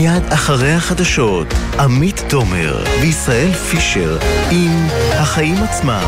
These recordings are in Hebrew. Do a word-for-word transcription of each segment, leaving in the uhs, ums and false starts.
מיד אחרי החדשות, עמית תומר וישראל פישר עם החיים עצמם.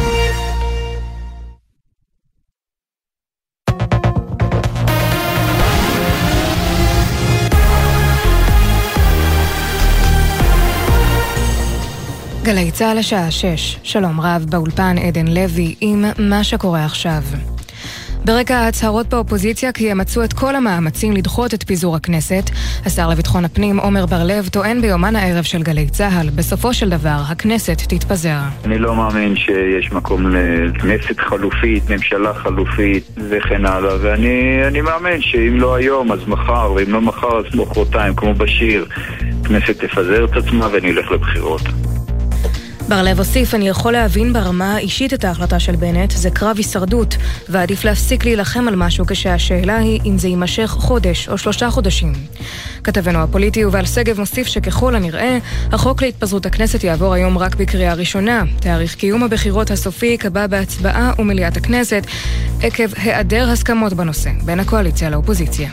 גלי צהל השעה שש, שלום רב, באולפן עדן לוי עם מה שקורה עכשיו. ברקע ההצהרות באופוזיציה כי ימצאו את כל המאמצים לדחות את פיזור הכנסת, השר לביטחון הפנים עומר בר לב טוען ביומן הערב של גלי צהל, בסופו של דבר הכנסת תתפזר. אני לא מאמין שיש מקום לכנסת חלופית, ממשלה חלופית וכן הלאה, ואני אני מאמין שאם לא היום אז מחר, ואם לא מחר אז מחרתיים, כמו בשיר, הכנסת תפזר את עצמה ונלך לבחירות. בר לב הוסיף, אני יכול להבין ברמה האישית את ההחלטה של בנט, זה קרב הישרדות, ועדיף להפסיק להילחם על משהו כשהשאלה היא אם זה יימשך חודש או שלושה חודשים. כתבנו הפוליטי יובל שגב מוסיף שככל הנראה, החוק להתפזרות הכנסת יעבור היום רק בקריאה ראשונה. תאריך קיום הבחירות הסופי יקבע בהצבעה ומליאת הכנסת, עקב היעדר הסכמות בנושא, בין הקואליציה לאופוזיציה.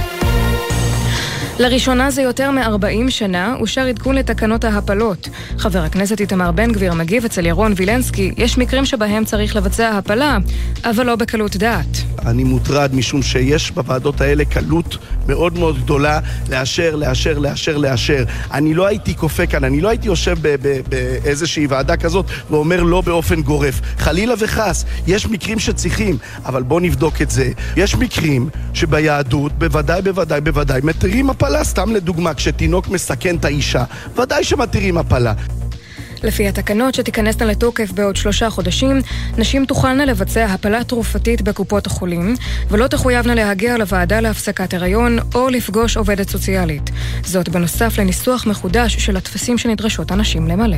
לראשונה זה יותר מ-ארבעים שנה אושר עדכון לתקנות ההפלות. חבר הכנסת איתמר בן גביר מגיב אצל ירון וילנסקי, יש מקרים שבהם צריך לבצע הפלה, אבל לא בקלות דעת. אני מוטרד משום שיש בוועדות האלה קלות מאוד מאוד גדולה לאשר, לאשר, לאשר, לאשר. אני לא הייתי קופא כאן, אני לא הייתי יושב באיזושהי ועדה כזאת ואומר לא באופן גורף. חלילה וחס, יש מקרים שצריכים, אבל בוא נבדוק את זה. יש מקרים שביהדות, בוודאי, בוודאי, בוודאי, מתירים הפלה. סתם לדוגמה, כשתינוק מסכן את האישה, ודאי שמתירים הפלה. לפי התקנות שתיכנסנה לתוקף בעוד שלושה חודשים, נשים תוכלנה לבצע הפלה תרופתית בקופות החולים, ולא תחויבנה להגיע לוועדה להפסקת הריון או לפגוש עובדת סוציאלית. זאת בנוסף לניסוח מחודש של התפסים שנדרשות הנשים למלא.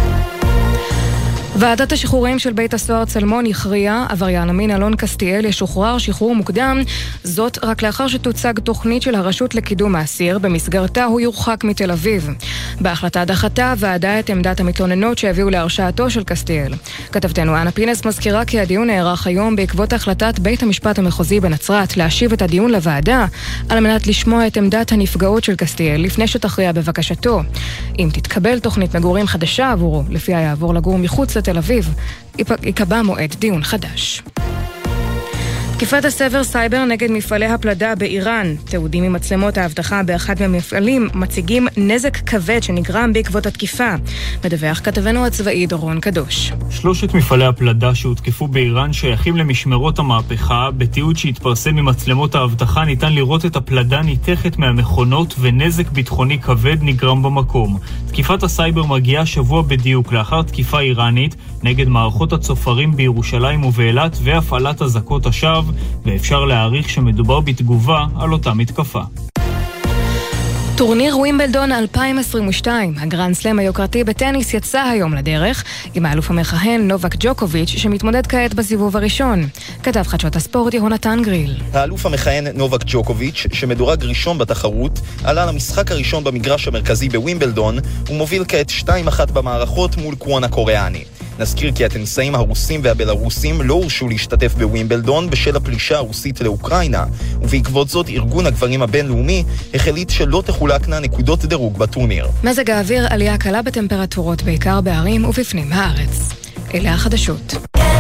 ועדת השחרורים של בית הסוהר צלמון הכריעה, עבריין המין אלון קסטיאל ישוחרר שחרור מוקדם, זאת רק לאחר שתוצג תוכנית של הרשות לקידום האסיר, במסגרתה הוא יורחק מתל אביב. בהחלטה דחתה ועדה את עמדת המתלוננות שהביאו להרשעתו של קסטיאל. כתבתנו אנה פינס מזכירה כי הדיון נערך היום בעקבות החלטת בית המשפט המחוזי בנצרת להשיב את הדיון לוועדה, על מנת לשמוע את עמדת הנפגעות של קסטיאל לפני שתכריע בבקשתו. אם תתקבל תוכנית מגורים חדשה עבורו, לפיה יעבור לגור מחוץ לתל אביב, יקבע מועד דיון חדש. תקיפת הסבר סייבר נגד מפעלי הפלדה באיראן. תיעודים ממצלמות האבטחה באחד מהמפעלים מציגים נזק כבד שנגרם בעקבות התקיפה. מדווח כתבנו הצבאי דורון קדוש. שלושת מפעלי הפלדה שהותקפו באיראן שייכים למשמרות המהפכה. בתיעוד שהתפרסם ממצלמות האבטחה ניתן לראות את הפלדה ניתכת מהמכונות ונזק ביטחוני כבד נגרם במקום. תקיפת הסייבר מגיעה שבוע בדיוק לאחר תקיפה איראנית נגד מערכות הצופרים בירושלים ובאילת והפעלת אזעקות השווא, ואפשר להעריך שמדובר בתגובה על אותה מתקפה. טורניר ווימבלדון אלפיים עשרים ושתיים, הגרנד סלאם היוקרתי בטניס, יצא היום לדרך עם האלוף המכהן נובק ג'וקוביץ' שמתמודד כעת בסיבוב הראשון. כתב חדשות הספורט יהונתן גריל. האלוף המכהן נובק ג'וקוביץ' שמדורג ראשון בתחרות עלה למשחק הראשון במגרש המרכזי בווימבלדון ומוביל כעת שתיים אחת במערכות מול קוואן הקוריאני. נזכיר כי הטניסאים הרוסים והבלרוסים לא הורשו להשתתף בווימבלדון בשל הפלישה הרוסית לאוקראינה, ובעקבות זאת ארגון הגברים הבינלאומי החליט שלא תחולקנה נקודות דירוג בטורניר. מזג האוויר, עלייה קלה בטמפרטורות בעיקר בערים ובפנים הארץ. אלה החדשות.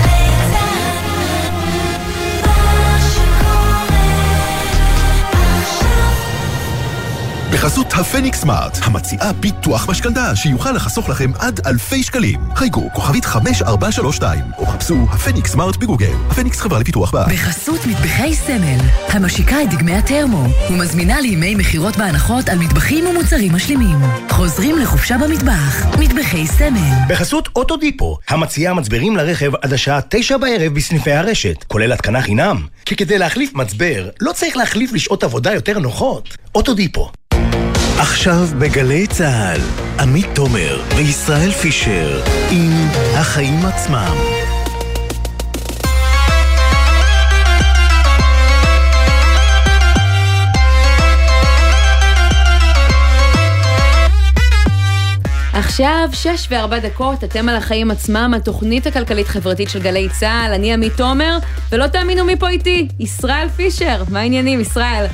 בחסות הפניקס סמארט, המציעה ביטוח משכנתה שיוכל לחסוך לכם עד אלפי שקלים. חייגו כוכבית חמש ארבע שלוש שתיים או חפשו הפניקס סמארט בגוגל. הפניקס חברה לפיתוח בה. בחסות מטבחי סמל, המשיקה את דגמי הטרמו ומזמינה לימי מחירות בהנחות על מטבחים ומוצרים משלימים. חוזרים לחופשה במטבח. מטבחי סמל. בחסות אוטודיפו, המציעה מצברים לרכב עד השעה תשע בערב בסניפי הרשת, כולל התקנה חינם. כי כדי להחליף מצבר, לא צריך להחליף לשעות עבודה יותר נוחות. אוטודיפו. עכשיו בגלי צהל, עמית תומר וישראל פישר עם החיים עצמם. עכשיו שש וארבע דקות, אתם על החיים עצמם, התוכנית הכלכלית חברתית של גלי צהל. אני עמית תומר, ולא תאמינו מי פה איתי, ישראל פישר. מה העניינים, ישראל?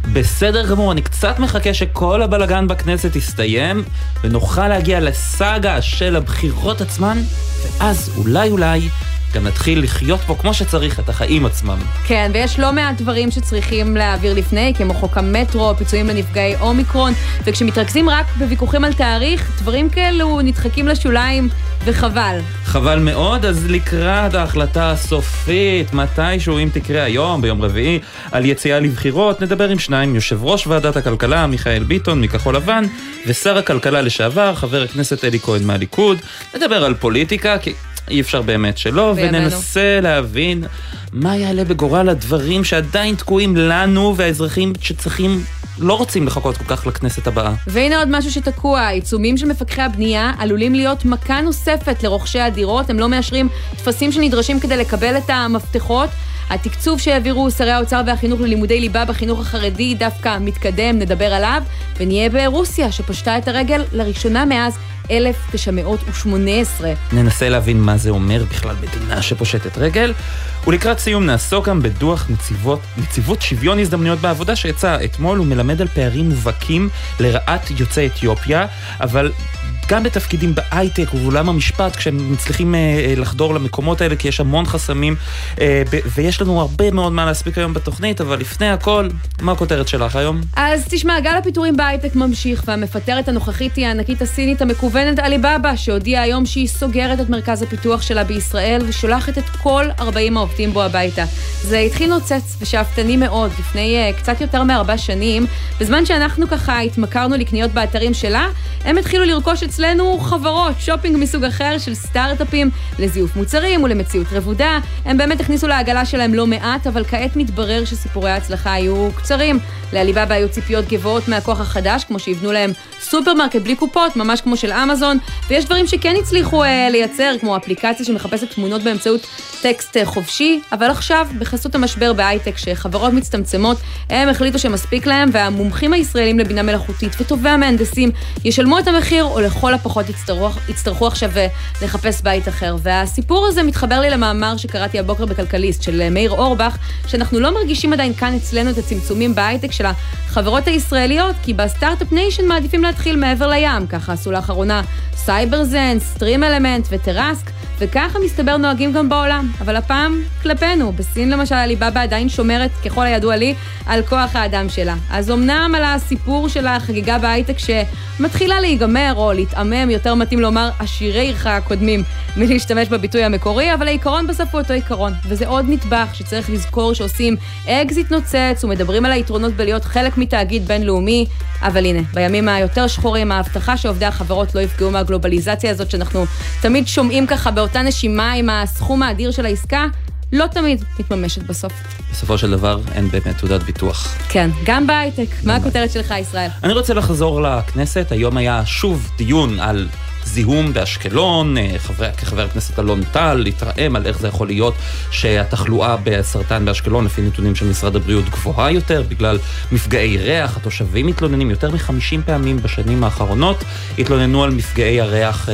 בסדר גמור, אני קצת מחכה שכל הבלגן בכנסת יסתיים, ונוכל להגיע לסאגה של הבחירות עצמן, ואז אולי אולי גם נתחיל לחיות פה כמו שצריך את החיים עצמם. כן, ויש לא מעט דברים שצריכים להעביר לפני, כמו חוק המטרו, פיצויים לנפגעי אומיקרון, וכשמתרכזים רק בוויכוחים על תאריך, דברים כאלו נדחקים לשוליים, וחבל. חבל מאוד, אז לקראת ההחלטה הסופית, מתישהו אם תקרה היום, ביום רביעי, על יציאה לבחירות, נדבר עם שניים, יושב ראש ועדת הכלכלה, מיכאל ביטון, מכחול לבן, ושר הכלכלה לשעבר, חבר הכנסת אלי כהן מהליכוד. נדבר על פוליטיקה, כי אי אפשר באמת שלא, וננסה להבין מה יעלה בגורל הדברים שעדיין תקועים לנו והאזרחים שצריכים, לא רוצים לחכות כל כך לכנסת הבאה. והנה עוד משהו שתקוע, עיצומים של מפקחי הבנייה עלולים להיות מכה נוספת לרוכשי הדירות, הם לא מאשרים תפסים שנדרשים כדי לקבל את המפתחות. התקצוב שהעבירו שרי האוצר והחינוך ללימודי ליבה בחינוך החרדי דווקא מתקדם, נדבר עליו, ונהיה ברוסיה שפשטה את הרגל לראשונה מאז אלף תשע מאות שמונה עשרה. ננסה להבין מה זה אומר בכלל מדינה שפושטת רגל, ולקראת סיום נעסוק גם בדוח נציבות, נציבות שוויון הזדמנויות בעבודה שיצא אתמול, ומלמד על פערים מובהקים לרעת יוצאי אתיופיה, אבל גם בתפקידים בהייטק ובעולם המשפט, כשהם מצליחים אה, לחדור למקומות האלה, כי יש המון חסמים, אה, ב- ויש לנו הרבה מאוד מה להספיק היום בתוכנית, אבל לפני הכל, מה הכותרת שלך היום? אז תשמע, גל הפיטורים בהייטק ממשיך, והמפטרת הנוכחית היא הענקית הסינית המקוונת עליבאבא, שהודיעה היום שהיא סוגרת את מרכז הפיתוח שלה בישראל, ושולחת את כל ארבעים העובדים בו הביתה. זה התחיל נוצץ ושאפתני מאוד, לפני uh, קצת יותר מארבע שנים, בזמן שאנחנו ככה התמכרנו לקניות באתרים שלה, הם התחילו לרכוש אצלנו חברות, שופינג מסוג אחר של סטארט-אפים לזיוף מוצרים ולמציאות רבודה. הם באמת הכניסו לעגלה שלהם לא מעט, אבל כעת מתברר שסיפורי ההצלחה היו קצרים. לעליבאבא היו ציפיות גבוהות מהכוח החדש, כמו שיבנו להם סופרמרקט בלי קופות, ממש כמו של אמזון, ויש דברים שכן הצליחו אה, לייצר, כמו אפליקציה שמחפשת תמונות באמצעות טקסט אה, חופשי, אבל עכשיו, בחסות המשבר בהייטק, שחברות מצטמצמות, הם החליטו שמספיק להם, והמומחים הישראלים לבינה מלאכותית וטובי המהנדסים ישלמו את המחיר, או לכל הפחות יצטרכו, יצטרכו עכשיו לחפש בית אחר. והסיפור הזה מתחבר לי למאמר שקראתי הבוקר בכלכליסט של מאיר אורבך, שאנחנו לא מרגישים עדיין כאן אצלנו את הצמצומים בהייטק של החברות הישראליות, כי בסטארט-אפ ניישן מעדיפים להתחיל מעבר לים, ככה עשו לאחרונה סייברזן, סטרים אלמנט וטרסק, וככה מסתבר נוהגים גם בעולם, אבל הפעם כלפינו. בסין למשל עליבאבא עדיין שומרת, ככל הידוע לי, על כוח האדם שלה. אז אמנם על הסיפור של החגיגה בהייטק שמתחילה להיגמר או להתאמם, יותר מתאים לומר עשירי עירך הקודמים מלהשתמש בביטוי המקורי, אבל העיקרון בסוף הוא אותו עיקרון, וזה עוד נדבך שצריך לזכור שעושים אקזיט נוצץ ומדברים על היתרונות בלהיות חלק מתאגיד בינלאומי, אבל הנה, בימים היותר שחורים, ההבטחה שעובדי החברות לא יפגעו מהגלובליזציה הזאת שאנחנו תמיד שומעים ככה באותה נשימה עם הסכום האדיר של העסקה, לא תמיד מתממשת בסוף. בסופו של דבר אין באמת תעודת ביטוח. כן, גם בהייטק. מה הכותרת שלך, ישראל? אני רוצה לחזור לכנסת. היום היה שוב דיון על זיהום באשקלון, חבר, כחבר הכנסת אלון טל, להתרעם על איך זה יכול להיות שהתחלואה בסרטן באשקלון, לפי נתונים של משרד הבריאות, גבוהה יותר, בגלל מפגעי ריח. התושבים מתלוננים יותר מ-חמישים פעמים בשנים האחרונות, התלוננו על מפגעי הריח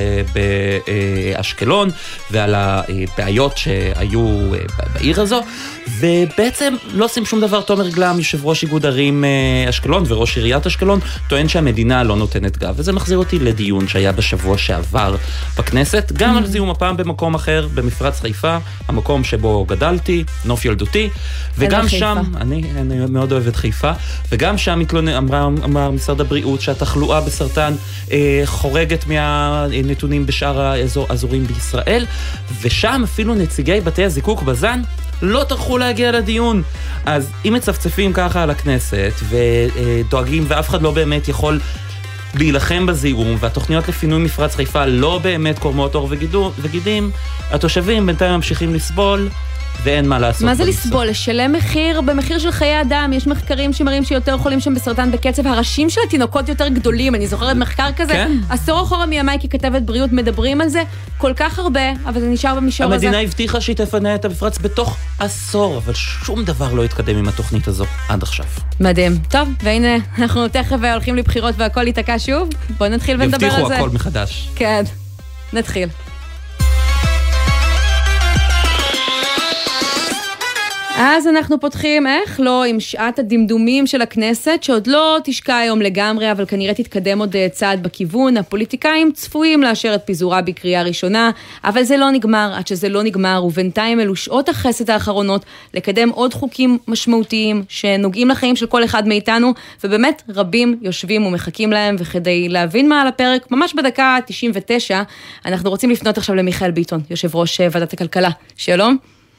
באשקלון, ועל הבעיות שהיו בעיר הזו, ובעצם לא עושים שום דבר. תומר גלם, יושב ראש איגוד ערים אשקלון וראש עיריית אשקלון, טוען שהמדינה לא נותנת גב, וזה מחזיר אותי לדיון שהיה בשבוע שעבר בכנסת, גם על זיהום הפעם במקום אחר, במפרץ חיפה, המקום שבו גדלתי, נוף ילדותי, וגם שם, אני, אני מאוד אוהב את חיפה, וגם שם אמר, אמר משרד הבריאות שהתחלואה בסרטן אה, חורגת מהנתונים בשאר האזור, האזורים בישראל, ושם אפילו נציגי בתי הזיקוק בזן לא טרחו להגיע לדיון. אז אם מצפצפים ככה על הכנסת ודואגים ואף אחד לא באמת יכול להילחם בזיהום, והתוכניות לפינוי מפרץ חיפה לא באמת קורמות אור וגידים, התושבים בינתיים ממשיכים לסבול, ואין מה לעשות. מה זה לסבול? לשלם מחיר במחיר של חיי אדם. יש מחקרים שמראים שיותר חולים שם בסרטן בקצב הראשים של התינוקות יותר גדולים. אני זוכרת מחקר כזה. כן. עשור אחורה מימיי ככתבת בריאות מדברים על זה כל כך הרבה, אבל זה נשאר במישור הזה. המדינה הבטיחה שהיא תפנה את המפרץ בתוך עשור, אבל שום דבר לא התקדם עם התוכנית הזו עד עכשיו. מדהים. טוב, והנה אנחנו תכף הולכים לבחירות והכל ייתקע שוב. בוא נתחיל ונדבר על זה. יבטיחו הכל מחדש. כן, נתחיל. אז אנחנו פותחים, איך לא, עם שעת הדמדומים של הכנסת, שעוד לא תשקע היום לגמרי, אבל כנראה תתקדם עוד צעד בכיוון. הפוליטיקאים צפויים לאשר את פיזורה בקריאה ראשונה, אבל זה לא נגמר, עד שזה לא נגמר, ובינתיים אלו שעות החסד האחרונות, לקדם עוד חוקים משמעותיים, שנוגעים לחיים של כל אחד מאיתנו, ובאמת רבים יושבים ומחכים להם, וכדי להבין מה על הפרק, ממש בדקה תשעים ותשע, אנחנו רוצים לפנות עכשיו למיכאל ביטון, יושב ראש ועדת הכלכלה. שלום.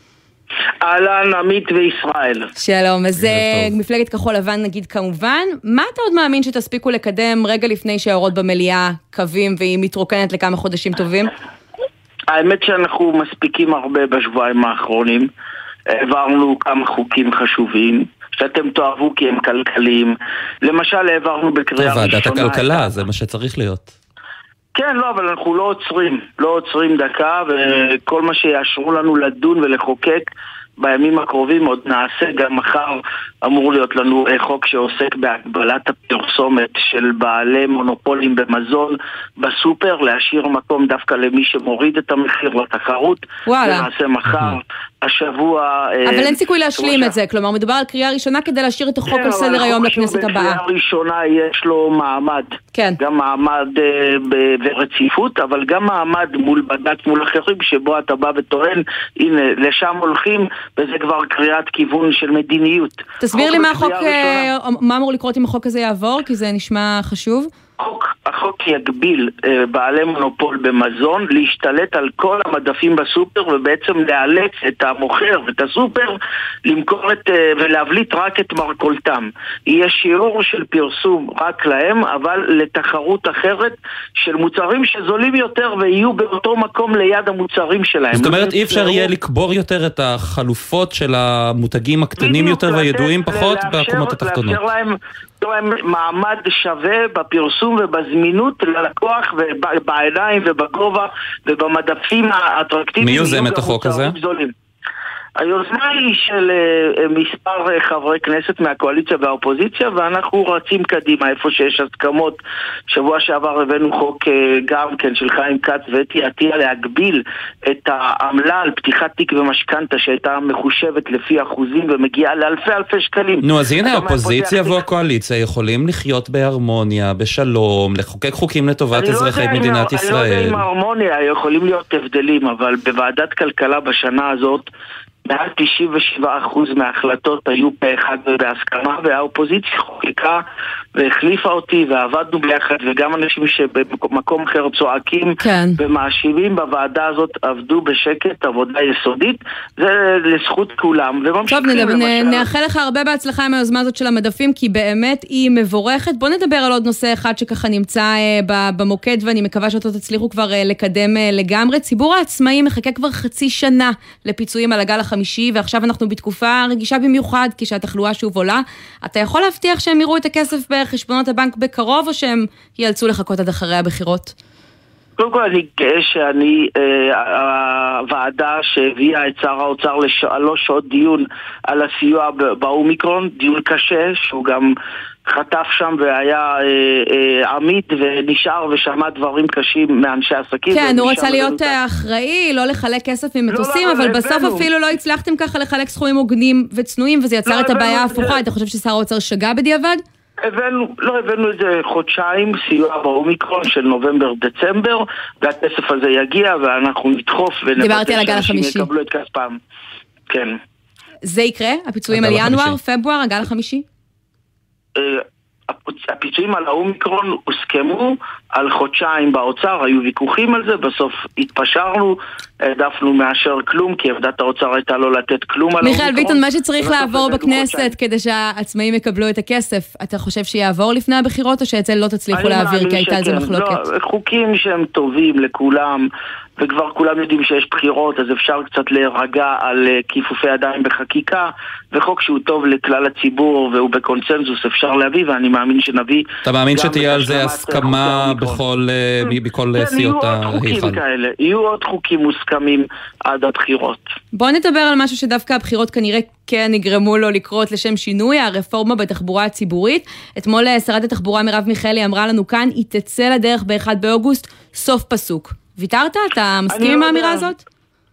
אהלן, עמית וישראל. שלום, אז מפלגת כחול לבן נגיד כמובן, מה אתה עוד מאמין שתספיקו לקדם רגע לפני שהאורות במליאה קווים והיא מתרוקנת לכמה חודשים טובים? האמת שאנחנו מספיקים הרבה בשבועיים האחרונים, העברנו כמה חוקים חשובים, שאתם תאהבו כי הם כלכליים, למשל העברנו בקריאה ראשונה. ועדת הכלכלה, זה מה שצריך להיות. כן, לא, אבל אנחנו לא עוצרים, לא עוצרים דקה, וכל מה שיאשרו לנו לדון ולחוקק בימים הקרובים עוד נעשה. גם מחר אמור להיות לנו חוק שעוסק בהגבלת הפרסומת של בעלי מונופולים במזון בסופר, להשאיר מקום דווקא למי שמוריד את המחיר לתחרות. וואלה. ונעשה מחר. השבוע... אבל אין סיכוי להשלים את זה, כלומר מדובר על קריאה ראשונה כדי להשאיר את החוק על סדר היום לכנסת הבאה. בקריאה ראשונה יש לו מעמד, כן. גם מעמד ברציפות, אבל גם מעמד מול בד"ץ מול אחרים, שבו אתה בא וטוען, הנה, לשם הולכים, וזה כבר קריאת כיוון של מדיניות. תסביר לי מה החוק, מה אמור לקרות אם החוק הזה יעבור, כי זה נשמע חשוב. החוק, החוק יגביל אה, בעלי מונופול במזון להשתלט על כל המדפים בסופר, ובעצם לאלץ את המוכר ואת הסופר למכור את, אה, ולהבליט רק את מרכולתם. יהיה שיעור של פרסום רק להם, אבל לתחרות אחרת של מוצרים שזולים יותר ויהיו באותו מקום ליד המוצרים שלהם. זאת אומרת, אי אפשר יהיה לקבור יותר את החלופות של המותגים הקטנים יותר והידועים פחות בקומות התחתונות. לאפשר להם להם מעמד שווה בפרסום ובזמינות ללקוח ובעיניים ובגובה ובמדפים האטרקטיביים. מי יוזם את החוק הזה? היוזמה היא של מספר חברי כנסת מהקואליציה והאופוזיציה, ואנחנו רצים קדימה איפה שיש הסכמות. שבוע שעבר הבאנו חוק גם כן של חיים כץ ואתי עטיה להגביל את העמלה על פתיחת תיק ומשכנתה שהייתה מחושבת לפי אחוזים ומגיעה לאלפי אלפי שקלים. נו, אז הנה האופוזיציה והקואליציה יכולים לחיות בהרמוניה, בשלום, לחוקק חוקים לטובת אזרחי מדינת ישראל. אני לא יודע אם הרמוניה יכולים להיות הבדלים, אבל בוועדת כלכלה בשנה הזאת מעל תשעים ושבעה אחוז מההחלטות היו פה אחד ובהסכמה, והאופוזיציה חוקקה והחליפה אותי ועבדנו ביחד, וגם אנשים שבמקום אחר צועקים כן. ומאשימים בוועדה הזאת עבדו בשקט, עבודה יסודית, זה לזכות כולם. טוב, נ, נאחל לך הרבה בהצלחה עם היוזמה הזאת של המדפים, כי באמת היא מבורכת. בוא נדבר על עוד נושא אחד שככה נמצא אה, במוקד, ואני מקווה שאתה תצליחו כבר אה, לקדם אה, לגמרי. ציבור העצמאים מחכה כבר חצי שנה לפיצויים על הגל החמישי, ועכשיו אנחנו בתקופה רגישה במיוחד, כשהתחלואה שוב עולה. אתה יכול להבטיח שהם יראו את הכסף בחשבונות הבנק בקרוב, או שהם ייאלצו לחכות עד אחרי הבחירות? קודם כל אני גאה שאני, אה, הוועדה שהביאה את שר האוצר לשלוש שעות דיון על הסיוע באומיקרון, דיון קשה, שהוא גם חטף שם והיה אה, אה, עמית ונשאר ושמע דברים קשים מאנשי עסקים. כן, הוא רצה להיות אחראי, לא לחלק כסף ממטוסים, לא, אבל הבאנו. בסוף אפילו לא הצלחתם ככה לחלק סכומים הוגנים וצנועים, וזה יצר לא, את הבעיה הבאנו, ההפוכה. זה... אתה חושב ששר האוצר שגה בדיעבד? הבאנו, לא הבאנו איזה חודשיים סיוע באומיקרון של נובמבר דצמבר, והכסף הזה יגיע ואנחנו נדחוף דיברתי על הגל החמישי. יקבלו את כספם. כן. זה יקרה? הפיצויים על ינואר, פברואר, הגל החמישי? הפיצויים על האומיקרון הוסכמו על חודשיים באוצר, היו ויכוחים על זה, בסוף התפשרנו, העדפנו מאשר כלום, כי עבדת האוצר הייתה לא לתת כלום על האומיקרון. מיכאל ביטון, מה שצריך לעבור בכנסת כדי שהעצמאים יקבלו את הכסף, אתה חושב שיעבור לפני הבחירות, או שאצל לא תצליחו להעביר, כי הייתה על זה מחלוקת? לא, חוקים שהם טובים לכולם, וכבר כולם יודעים שיש בחירות, אז אפשר קצת להירגע על כיפופי ידיים בחקיקה, וחוק שהוא טוב לכלל הציבור והוא בקונצנזוס אפשר להביא, ואני מאמין שנביא... אתה מאמין שתהיה על זה הסכמה בכל סיעות ההיכל? יהיו עוד חוקים מוסכמים עד הבחירות. בוא נדבר על משהו שדווקא הבחירות כנראה כן יגרמו לו לקרות לשם שינוי, הרפורמה בתחבורה הציבורית. אתמול שרת התחבורה מרב מיכאלי אמרה לנו כאן, היא תצא לדרך ב-אחד באוגוסט, סוף פסוק. ויתרת? אתה מסכים עם האמירה הזאת?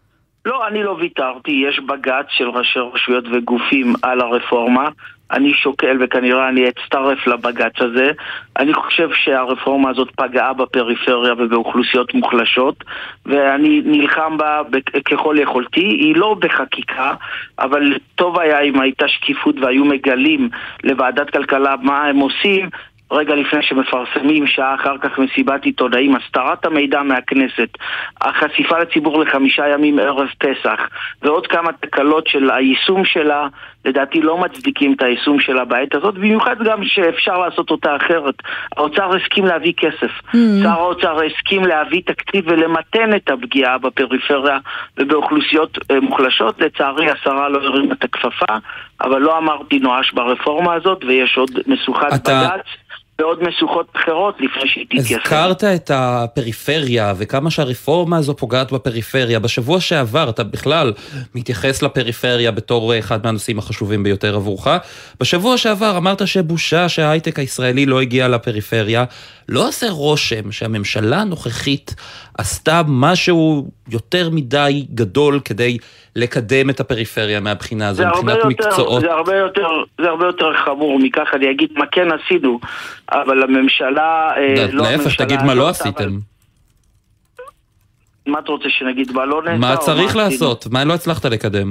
לא, אני לא ויתרתי, יש בג"ץ של ראשי רשויות וגופים על הרפורמה, אני שוקל וכנראה אני אצטרף לבג"ץ הזה. אני חושב שהרפורמה הזאת פגעה בפריפריה ובאוכלוסיות מוחלשות, ואני נלחם בה ככל יכולתי. היא לא בחקיקה, אבל טוב היה אם הייתה שקיפות והיו מגלים לוועדת כלכלה מה הם עושים רגע לפני שמפרסמים, שעה אחר כך מסיבת עיתונאים, הסתרת המידע מהכנסת, החשיפה לציבור לחמישה ימים ערב פסח, ועוד כמה תקלות של היישום שלה, לדעתי לא מצדיקים את היישום שלה בעת הזאת, במיוחד גם שאפשר לעשות אותה אחרת. האוצר הסכים להביא כסף. Mm-hmm. שר האוצר הסכים להביא תקציב ולמתן את הפגיעה בפריפריה ובאוכלוסיות מוחלשות. לצערי השרה לא הרים את הכפפה, אבל לא אמרתי נואש ברפורמה הזאת, ויש עוד משוכת אתה... בג"ץ. ועוד משוכות אחרות לפני שהיא תתייחס. הזכרת את הפריפריה וכמה שהרפורמה הזו פוגעת בפריפריה. בשבוע שעבר אתה בכלל מתייחס לפריפריה בתור אחד מהנושאים החשובים ביותר עבורך. בשבוע שעבר אמרת שבושה שההייטק הישראלי לא הגיע לפריפריה. לא עושה רושם שהממשלה הנוכחית עשתה משהו יותר מדי גדול כדי לקדם את הפריפריה מהבחינה הזו, מבחינת מקצועות? זה הרבה יותר, זה הרבה יותר חמור מכך. אני אגיד מה כן עשינו, אבל הממשלה... להפך, תגיד מה לא עשיתם. מה אתה רוצה שנגיד מה לא נעשה? מה צריך לעשות? מה לא הצלחת לקדם?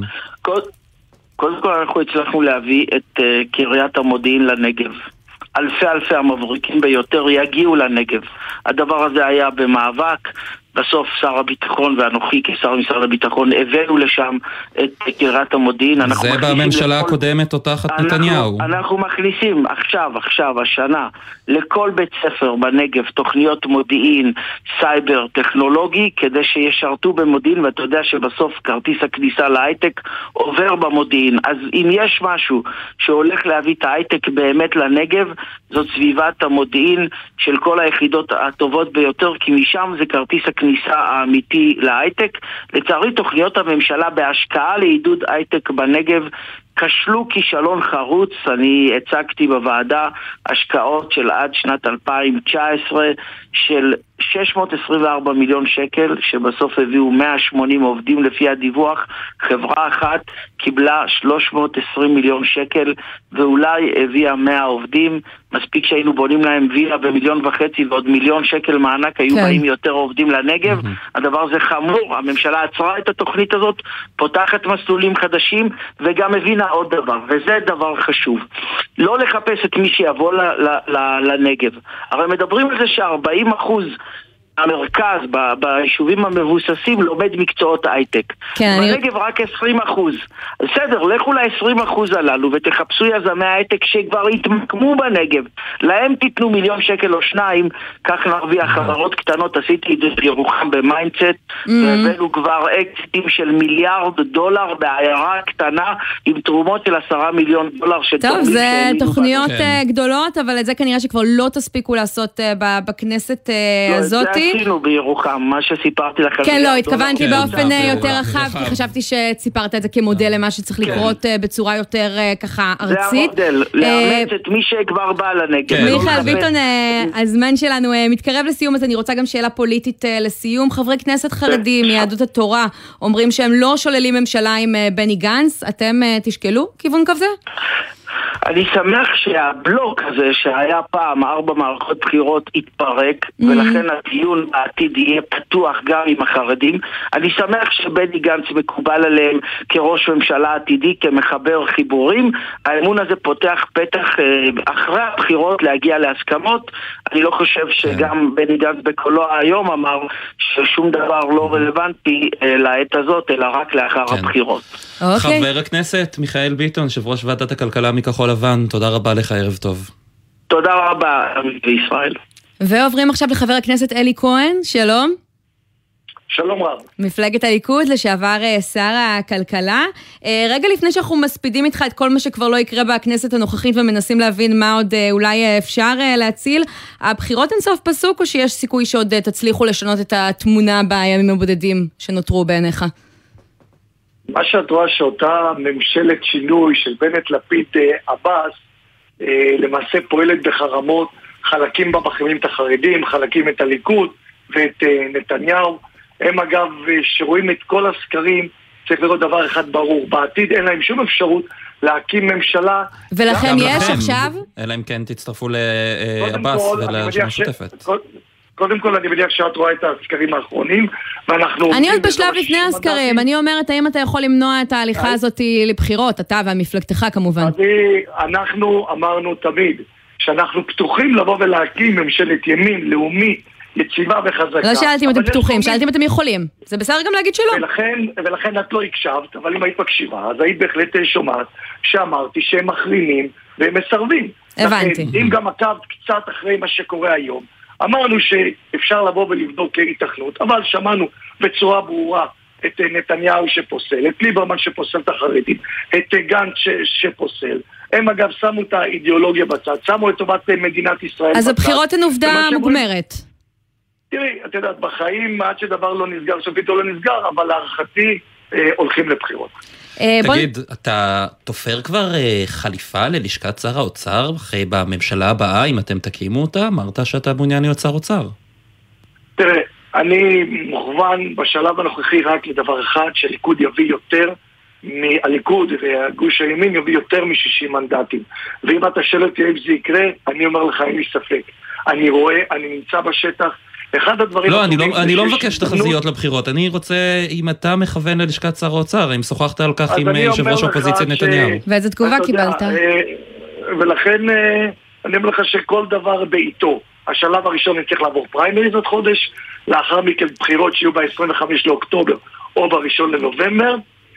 קודם כל אנחנו הצלחנו להביא את קריית המודיעין לנגב. אלפי אלפי המבריקים ביותר יגיעו לנגב. הדבר הזה היה במאבק. בסוף שר הביטחון ואנוכי כשר משרד הביטחון הבאנו לשם את קריית המודיעין. זה בממשלה לכל... הקודמת אותך את אנחנו, נתניהו. אנחנו מכניסים עכשיו, עכשיו, השנה, לכל בית ספר בנגב תוכניות מודיעין, סייבר, טכנולוגי, כדי שישרתו במודיעין, ואתה יודע שבסוף כרטיס הכניסה להייטק עובר במודיעין. אז אם יש משהו שהולך להביא את ההייטק באמת לנגב, זאת סביבת המודיעין של כל היחידות הטובות ביותר, כי משם זה כרטיס הכניסה האמיתי להייטק. לצערי תוכניות הממשלה בהשקעה לעידוד הייטק בנגב כשלו כישלון חרוץ. אני הצגתי בוועדה השקעות של עד שנת אלפיים תשע עשרה של שש מאות עשרים וארבע מיליון שקל, שבסוף הביאו מאה ושמונים עובדים לפי הדיווח. חברה אחת קיבלה שלוש מאות ועשרים מיליון שקל ואולי הביאה מאה עובדים. מספיק שהיינו בונים להם וילה במיליון וחצי ועוד מיליון שקל מענק, היו כן. באים יותר עובדים לנגב. mm-hmm. הדבר זה חמור. הממשלה עצרה את התוכנית הזאת, פותחת מסלולים חדשים, וגם הבינה עוד דבר, וזה דבר חשוב. לא לחפש את מי שיבוא ל- ל- ל- לנגב. הרי מדברים על זה ש-ארבעים אחוז המרכז ב- ביישובים המבוססים לומד מקצועות הייטק. כן, בנגב אני... רק עשרים אחוז. בסדר, לכו ל-עשרים אחוז הללו ותחפשו יזמי הייטק שכבר התמקמו בנגב. להם תיתנו מיליון שקל או שניים, כך נרוויח חברות קטנות. עשיתי את זה בירוחם במיינדסט, mm-hmm. והבאנו כבר אקזיטים של מיליארד דולר בעיירה קטנה עם תרומות של עשרה מיליון דולר. טוב, זה תוכניות כן. גדולות, אבל את זה כנראה שכבר לא תספיקו לעשות בכנסת לא, הזאת. עשינו בירוחם, מה שסיפרתי לכם. כן, לא, התכוונתי באופן יותר רחב, כי חשבתי שסיפרת את זה כמודל למה שצריך לקרות בצורה יותר ככה ארצית. זה המודל, לאמץ את מי שכבר בא לנגב. מיכאל ביטון, הזמן שלנו מתקרב לסיום, אז אני רוצה גם שאלה פוליטית לסיום. חברי כנסת חרדים מיהדות התורה אומרים שהם לא שוללים ממשלה עם בני גנץ. אתם תשקלו כיוון כזה? אני שמח שהבלוק הזה שהיה פעם ארבע מערכות בחירות התפרק, mm-hmm. ולכן הדיון בעתיד יהיה פתוח גם עם החרדים. אני שמח שבני גנץ מקובל עליהם כראש ממשלה עתידי, כמחבר חיבורים. האמון הזה פותח פתח אחרי הבחירות להגיע להסכמות. אני לא חושב שגם בני גנץ בקולו היום אמר ששום דבר לא רלוונטי לעת הזאת, אלא רק לאחר כן. הבחירות. Okay. חבר הכנסת מיכאל ביטון, יושב ראש ועדת הכלכלה מכחול לבן, תודה רבה לך, ערב טוב. תודה רבה, בישראל. ועוברים עכשיו לחבר הכנסת אלי כהן, שלום. שלום רב. מפלגת הליכוד, לשעבר שר הכלכלה. רגע לפני שאנחנו מספידים איתך את כל מה שכבר לא יקרה בכנסת הנוכחית ומנסים להבין מה עוד אולי אפשר להציל, הבחירות אין סוף פסוק או שיש סיכוי שעוד תצליחו לשנות את התמונה בימים הבודדים שנותרו בעיניך? מה שאת רואה שאותה ממשלת שינוי של בנט לפיד עבאס למעשה פועלת בחרמות, חלקים בה מחרימים את החרדים, חלקים את הליכוד ואת נתניהו. הם אגב שרואים את כל הסקרים צריך לראות דבר אחד ברור, בעתיד אין להם שום אפשרות להקים ממשלה. ולכם יש עכשיו? אלא אם כן תצטרפו לעבאס ולרשימה המשותפת. קודם כל אני מניח שאת רואה את הסקרים האחרונים, ואנחנו... אני עוד בשלב לפני הסקרים, אני אומרת, האם אתה יכול למנוע את ההליכה הזאת לבחירות, אתה והמפלגתך כמובן? אנחנו אמרנו תמיד, שאנחנו פתוחים לבוא ולהקים ממשלת ימין, לאומית, יציבה וחזקה. לא שאלתי אם אתם פתוחים, שאלתי אם אתם יכולים. זה בסדר גם להגיד שלא. ולכן, ולכן את לא הקשבת, אבל אם היית מקשיבה, אז היית בהחלט שומעת שאמרתי שהם מחרימים והם מסרבים. הבנתי. לכן, אם גם עקבת קצת אחרי מה שקורה היום, אמרנו שאפשר לבוא ולבדוק התכנות, אבל שמענו בצורה ברורה את נתניהו שפוסל, את ליברמן שפוסל את החרדים, את גנץ שפוסל. הם אגב שמו את האידיאולוגיה בצד, שמו את טובת מדינת ישראל בצד. אז הבחירות הן עובדה מוגמרת. תראי, את יודעת, בחיים עד שדבר לא נסגר, שפתאום לא נסגר, אבל להערכתי אה, הולכים לבחירות. אה, תגיד, בוא... אתה תופר כבר אה, חליפה ללשכת שר האוצר, אחרי בממשלה הבאה, אם אתם תקימו אותה, אמרת שאתה מעוניין להיות שר אוצר. תראה, אני מוכוון בשלב הנוכחי רק לדבר אחד, שהליכוד יביא יותר, מהליכוד והגוש הימין יביא יותר מ-שישים מנדטים. ואם אתה שואל אותי אם זה יקרה, אני אומר לך, אין לי ספק. אני רואה, אני נמצא בשטח, אחד הדברים... לא, אני לא, אני לא מבקש תחזיות לבחירות, אני רוצה, אם אתה מכוון ללשכת שר האוצר, אם שוחחת על כך עם יושב ראש האופוזיציה נתניהו. ואיזה תגובה קיבלת? ולכן אני אומר לך שכל דבר בעיתו. השלב הראשון אני צריך לעבור פריימריז עוד חודש, לאחר מכן בחירות שיהיו ב-עשרים וחמישה לאוקטובר או בראשון לנובמבר,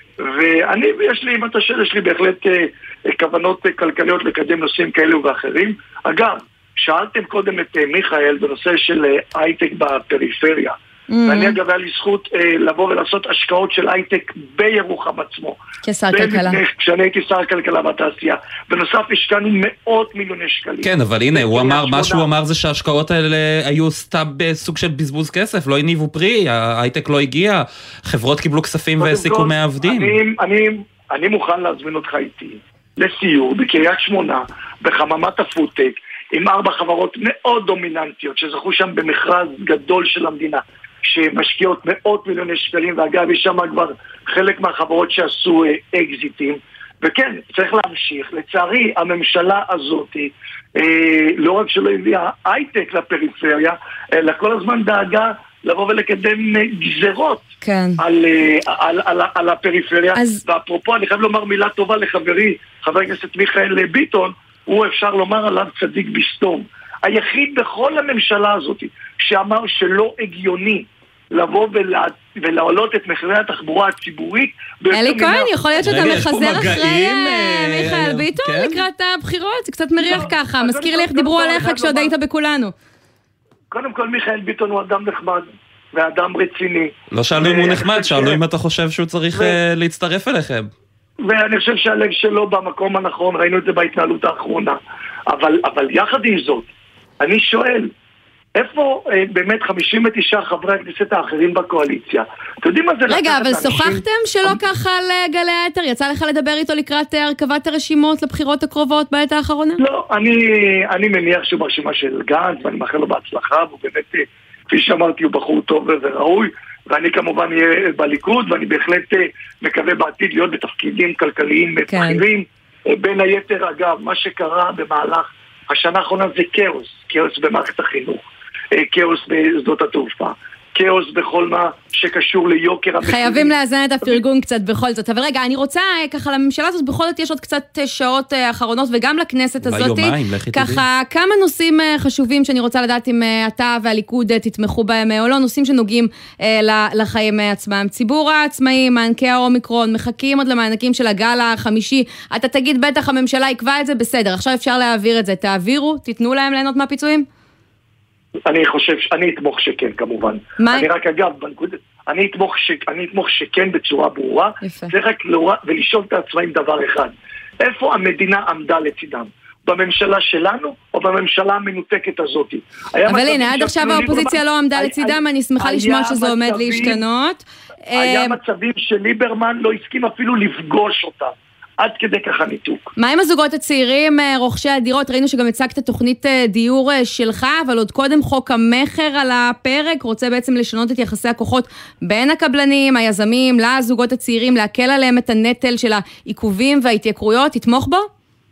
ואני, יש לי, אם אתה שואל, יש לי בהחלט כוונות כלכליות לקדם נושאים כאלו ואחרים. אגב, שאלתם קודם את מיכאל בנושא של הייטק בפריפריה. Mm-hmm. ואני אגב היה לי זכות אה, לבוא ולעשות השקעות של הייטק בירוחם עצמו. כשר כלכלה. כשאני הייתי שר כלכלה בתעשייה. בנוסף השקענו מאות מיליוני שקלים. כן, אבל הנה, הוא אמר, מה שהוא אמר זה שההשקעות האלה היו סתם בסוג של בזבוז כסף, לא הניבו פרי, ההייטק לא הגיע, חברות קיבלו כספים והעסיקו מהעובדים. אני, אני, אני מוכן להזמין אותך איתי לסיור בקריית שמונה, בחממת הפודטק, עם ארבע חברות מאוד דומיננטיות שזכו שם במכרז גדול של המדינה שמשקיעות מאות מיליוני שקלים, ואגב יש שם כבר חלק מהחברות שעשו אה, אקזיטים, וכן, צריך להמשיך. לצערי הממשלה הזאת אה, לא רק שלא הביאה הייטק לפריפריה, אלא כל הזמן דאגה לבוא ולקדם גזרות כן. על, על, על, על הפריפריה. אז... ואפרופו אני חייב לומר מילה טובה לחברי חבר הכנסת מיכאל ביטון, הוא אפשר לומר עליו צדיק בסתום. היחיד בכל הממשלה הזאת שאמר שלא הגיוני לבוא ולה, ולהעלות את מחירי התחבורה הציבורית. אלי כהן, יכול להיות שאתה מחזר אחרי מיכאל ביטון לקראת הבחירות? זה קצת מריח ככה, מזכיר לי איך דיברו עליך כשעוד היית בכולנו. קודם כל מיכאל ביטון הוא אדם נחמד ואדם רציני. לא שאלו אם הוא נחמד, שאלו אם אתה חושב שהוא צריך להצטרף אליכם. ואני חושב שהלב שלו במקום הנכון, ראינו את זה בהתנהלות האחרונה. אבל, אבל יחד עם זאת, אני שואל, איפה אה, באמת חמישים ותשעה חברי הכנסת האחרים בקואליציה? אתם יודעים מה זה? רגע, אבל שוחחתם שלא ככה על גלי היתר? יצא לך לדבר איתו לקראת הרכבת הרשימות לבחירות הקרובות בעת האחרונה? לא, אני, אני מניח שהוא ברשימה של גנץ, ואני מאחל לו בהצלחה, והוא באמת, כפי שאמרתי, הוא בחור טוב וראוי, ואני כמובן אהיה בליכוד, ואני בהחלט מקווה בעתיד להיות בתפקידים כלכליים כן. בכירים. בין היתר, אגב, מה שקרה במהלך השנה האחרונה זה כאוס, כאוס במערכת החינוך, כאוס בשדות התעופה, כאוס בכל מה שקשור ליוקר המחירים. חייבים לאזן את הפרגון קצת בכל זאת. אבל רגע, אני רוצה, ככה לממשלה הזאת בכל זאת יש עוד קצת שעות אחרונות, וגם לכנסת הזאת, ככה כמה נושאים חשובים שאני רוצה לדעת אם אתה והליכוד תתמכו בהם או לא, נושאים שנוגעים לחיים עצמם. ציבור העצמאים, מענקי האומיקרון, מחכים עוד למענקים של הגל החמישי. אתה תגיד בטח הממשלה יקבע את זה, בסדר, עכשיו אפשר להעביר את זה. תעבירו, תיתנו להם ליהנות מהפיצויים? אני חושב, אני אתמוך שכן כמובן. מה? אני רק אגב, בנקודת, אני אתמוך, ש, אני אתמוך שכן בצורה ברורה. יפה. צריך רק להורא, ולשאול את העצמאים דבר אחד. איפה המדינה עמדה לצידם? בממשלה שלנו או בממשלה המנותקת הזאת? אבל הנה, עד עכשיו האופוזיציה לא עמדה לצידם, אני שמחה לשמוע שזה עומד להשתנות. היה מצבים שליברמן לא הסכים אפילו לפגוש אותה. עד כדי ככה ניתוק. מה עם הזוגות הצעירים, רוכשי הדירות? ראינו שגם הצגת תוכנית דיור שלך, אבל עוד קודם חוק המחר על הפרק, רוצה בעצם לשנות את יחסי הכוחות בין הקבלנים, היזמים, לזוגות הצעירים, להקל עליהם את הנטל של העיכובים וההתייקרויות. תתמוך בו?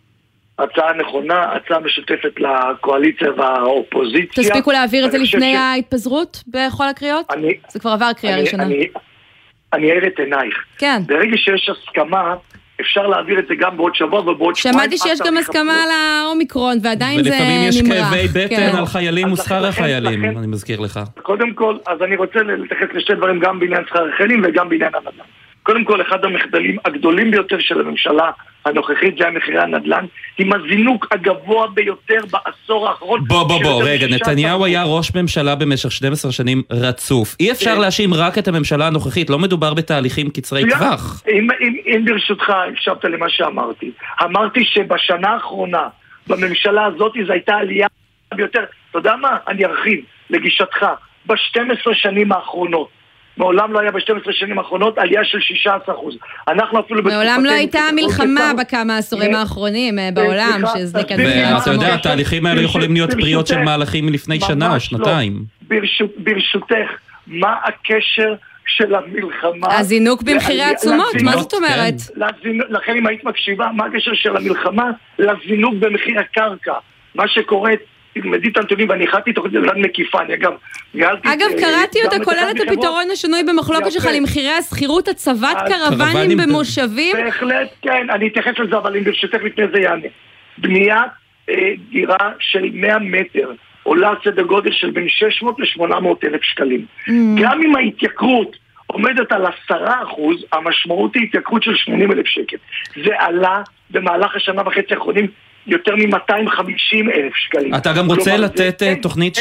הצעה נכונה, הצעה משותפת לקואליציה והאופוזיציה. תספיקו להעביר את זה לפני ההתפזרות בכל הקריאות? אני, זה כבר עבר קריאה אני, ראשונה. אני, אני אעיר את עינייך. כן. ברגע שיש הסכמה, אפשר להעביר את זה גם בעוד שבוע ובעוד שבועיים. שמעתי שיש גם הסכמה על האומיקרון, ועדיין זה נמרח. ולפעמים יש כאבי בטן על חיילים ושכר החיילים, אני מזכיר לך. קודם כל, אז אני רוצה להתייחס לשתי דברים, גם בעניין שכר החיילים וגם בעניין הנדל"ן. קודם כל, אחד המחדלים הגדולים ביותר של הממשלה הנוכחית, זה המחירי הנדל"ן, עם הזינוק הגבוה ביותר בעשור האחרון. בוא, בוא, בוא, רגע, נתניהו היה ראש ממשלה במשך שתים עשרה שנים רצוף. אי אפשר להאשים רק את הממשלה הנוכחית, לא מדובר בתהליכים קצרי טווח. אם ברשותך הקשבת למה שאמרתי, אמרתי שבשנה האחרונה, בממשלה הזאת, זו הייתה עלייה ביותר. אתה יודע מה? אני ארחיב לגישתך. ב-שתים עשרה שנים האחרונות, מעולם לא היה ב-שתים עשרה שנים האחרונות עלייה של שישה עשר אחוז. אנחנו אפילו... מעולם לא הייתה מלחמה בכמה עשורים האחרונים בעולם, שזה כזה... ואתה יודע, התהליכים האלה יכולים להיות פריות של מהלכים מלפני שנה או שנתיים. ברשותך, מה הקשר של המלחמה? הזינוק במחירי התשומות, מה זאת אומרת? לכן אם היית מקשיבה, מה הקשר של המלחמה לזינוק במחיר הקרקע? מה שקורה... תלמדי את הנתונים, ואני הכנתי תוכנית נדל"ן מקיפה, אני אגב... אגב, קראתי אותה, כולל את הפתרון השינוי במחלוקת שלך למחירי השכירות, הצבת קרוונים במושבים. בהחלט, כן, אני אתייחס לזה, אבל אם ברשותך לפני זה יענה. בניית דירה של מאה מטר, עולה סדר גודל של בין שש מאות לשמונה מאות אלף שקלים. גם אם ההתייקרות עומדת על עשרה אחוז, המשמעות היא התייקרות של שמונים אלף שקל. זה עלה במהלך השנה וחצי האחרונים, יותר מ-מאתיים וחמישים אלף שקלים. אתה גם רוצה לתת תוכנית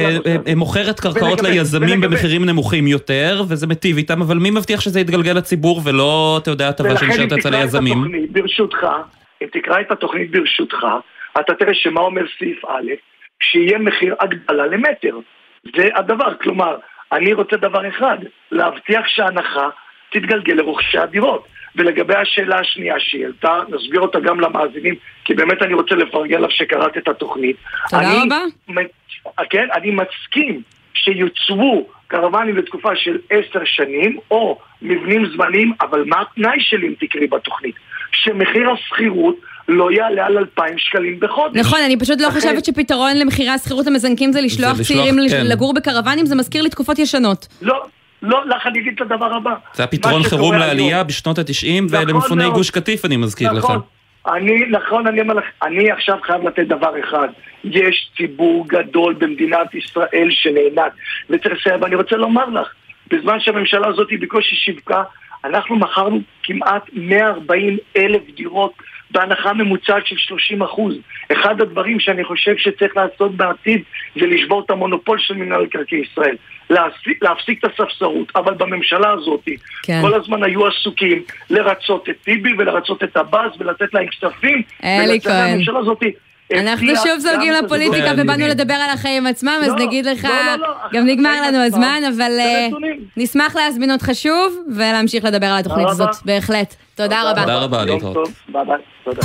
שמוכרת קרקעות ליזמים במחירים נמוכים יותר, וזה מטיב איתם, אבל מי מבטיח שזה יתגלגל לציבור ולא, אתה יודע, הטבה שנשארת אצל היזמים? ברשותך, אם תקרא את התוכנית ברשותך, אתה תראה שמה אומר סעיף א', שיהיה מחיר הגדלה למטר. זה הדבר, כלומר, אני רוצה דבר אחד, להבטיח שההנחה תתגלגל לרוכשי הדירות. ולגבי השאלה השנייה שהיא העלתה, נסביר אותה גם למאזינים, כי באמת אני רוצה לפרגן לך שקראת את התוכנית. תודה רבה. כן, אני מסכים שיוצבו קרוונים לתקופה של עשר שנים, או מבנים זמניים, אבל מה התנאי שלי אם תקראי בתוכנית? שמחיר השכירות לא יעלה על אלפיים שקלים בחודש. נכון, אני פשוט לא חושבת שפתרון למחירי השכירות המזנקים זה לשלוח צעירים לגור בקרוונים, זה מזכיר לי תקופות ישנות. לא. לא, לך אני אגיד את הדבר הבא. זה הפתרון חירום לעלייה בשנות ה-תשעים, ולמפוני גוש קטיף, אני מזכיר לך. אני, נכון, אני אומר לך, אני עכשיו חייב לתת דבר אחד. יש ציבור גדול במדינת ישראל שנהנק, וצריך לסיים, ואני רוצה לומר לך, בזמן שהממשלה הזאת היא בקושי שיווקה, אנחנו מכרנו כמעט מאה וארבעים אלף דירות, בהנחה ממוצעת של שלושים אחוז. אחד הדברים שאני חושב שצריך לעשות בעתיד זה לשבור את המונופול של מינהל מקרקעי ישראל. להפסיק, להפסיק את הספסרות, אבל בממשלה הזאת כן. כל הזמן היו עסוקים לרצות את טיבי ולרצות את הבאז ולתת להם כספים. אלי כהן. הממשלה הזאת... אנחנו שוב זורגים לפוליטיקה ובאנו לדבר על החיים עצמם, אז נגיד לך, גם נגמר לנו הזמן, אבל נשמח להזמין אותך שוב ולהמשיך לדבר על התוכנית הזאת, בהחלט. תודה רבה. תודה רבה, להתראות. ביי ביי, תודה.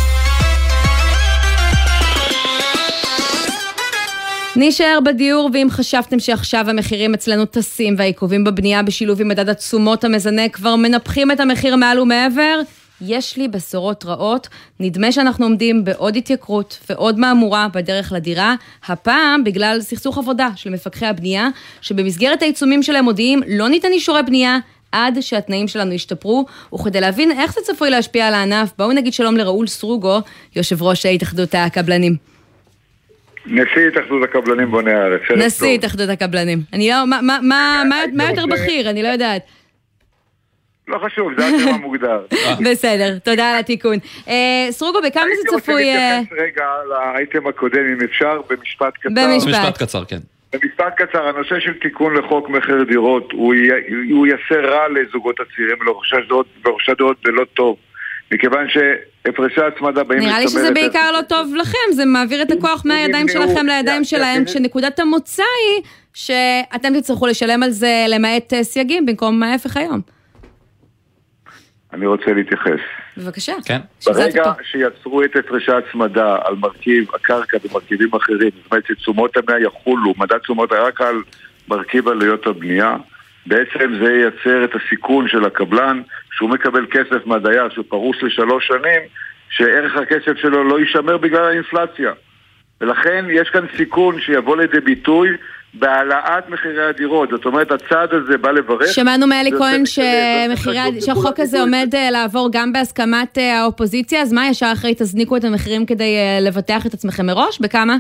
נשאר בדיור, ואם חשבתם שעכשיו המחירים אצלנו טסים והעיכובים בבנייה בשילוב עם מדד התשומות המזנה כבר מנפחים את המחיר מעל ומעבר, יש לי בשורות רעות. נדמה שאנחנו עומדים בעוד התייקרות ועוד מאמורה בדרך לדירה, הפעם בגלל סכסוך עבודה של מפקחי הבנייה, שבמסגרת העיצומים שלהם מודיעים לא ניתן אישורי בנייה עד שהתנאים שלנו ישתפרו, וכדי להבין איך זה צפוי להשפיע על הענף, בואו נגיד שלום לראול סרוגו, יושב ראש התאחדות הקבלנים. נשיא התאחדות הקבלנים בוני הארץ. נשיא התאחדות הקבלנים. אני לא, מה, מה, מה, מה יותר בכיר? אני לא יודעת. לא חשוב, זה השם המוגדר. בסדר, תודה על התיקון. סרוגו, בכמה זה צפוי... הייתי רוצה להתייחס רגע לאייטם הקודם, אם אפשר, במשפט קצר. במשפט קצר, כן. במשפט קצר, הנושא של תיקון לחוק מחיר דירות, הוא יעשה רע לזוגות הצעירים, לרוכשי דירות זה לא טוב. מכיוון שהפרשי הצמדה באים... נראה לי שזה בעיקר לא טוב לכם, זה מעביר את הכוח מהידיים שלכם לידיים שלהם, כשנקודת המוצא היא שאתם תצטרכו לשלם על זה למעט סייגים במקום ההפך היום. אני רוצה להתייחס. בבקשה. כן. ברגע שיצרו את הפרשי הצמדה על מרכיב הקרקע ומרכיבים אחרים, זאת אומרת שתשומות הבנייה יחולו, מדד תשומות רק על מרכיב עלויות הבנייה, בעצם זה ייצר את הסיכון של הקבלן, שהוא מקבל כסף מהדייר שהוא פרוס לשלוש שנים, שערך הכסף שלו לא יישמר בגלל האינפלציה. ולכן יש כאן סיכון שיבוא לידי ביטוי בהעלאת מחירי הדירות. זאת אומרת, הצעד הזה בא לברך. שמענו מאלי כהן שהחוק הזה עומד לעבור גם בהסכמת האופוזיציה, אז מה, ישר אחרי תזניקו את המחירים כדי לבטח את עצמכם מראש? בכמה?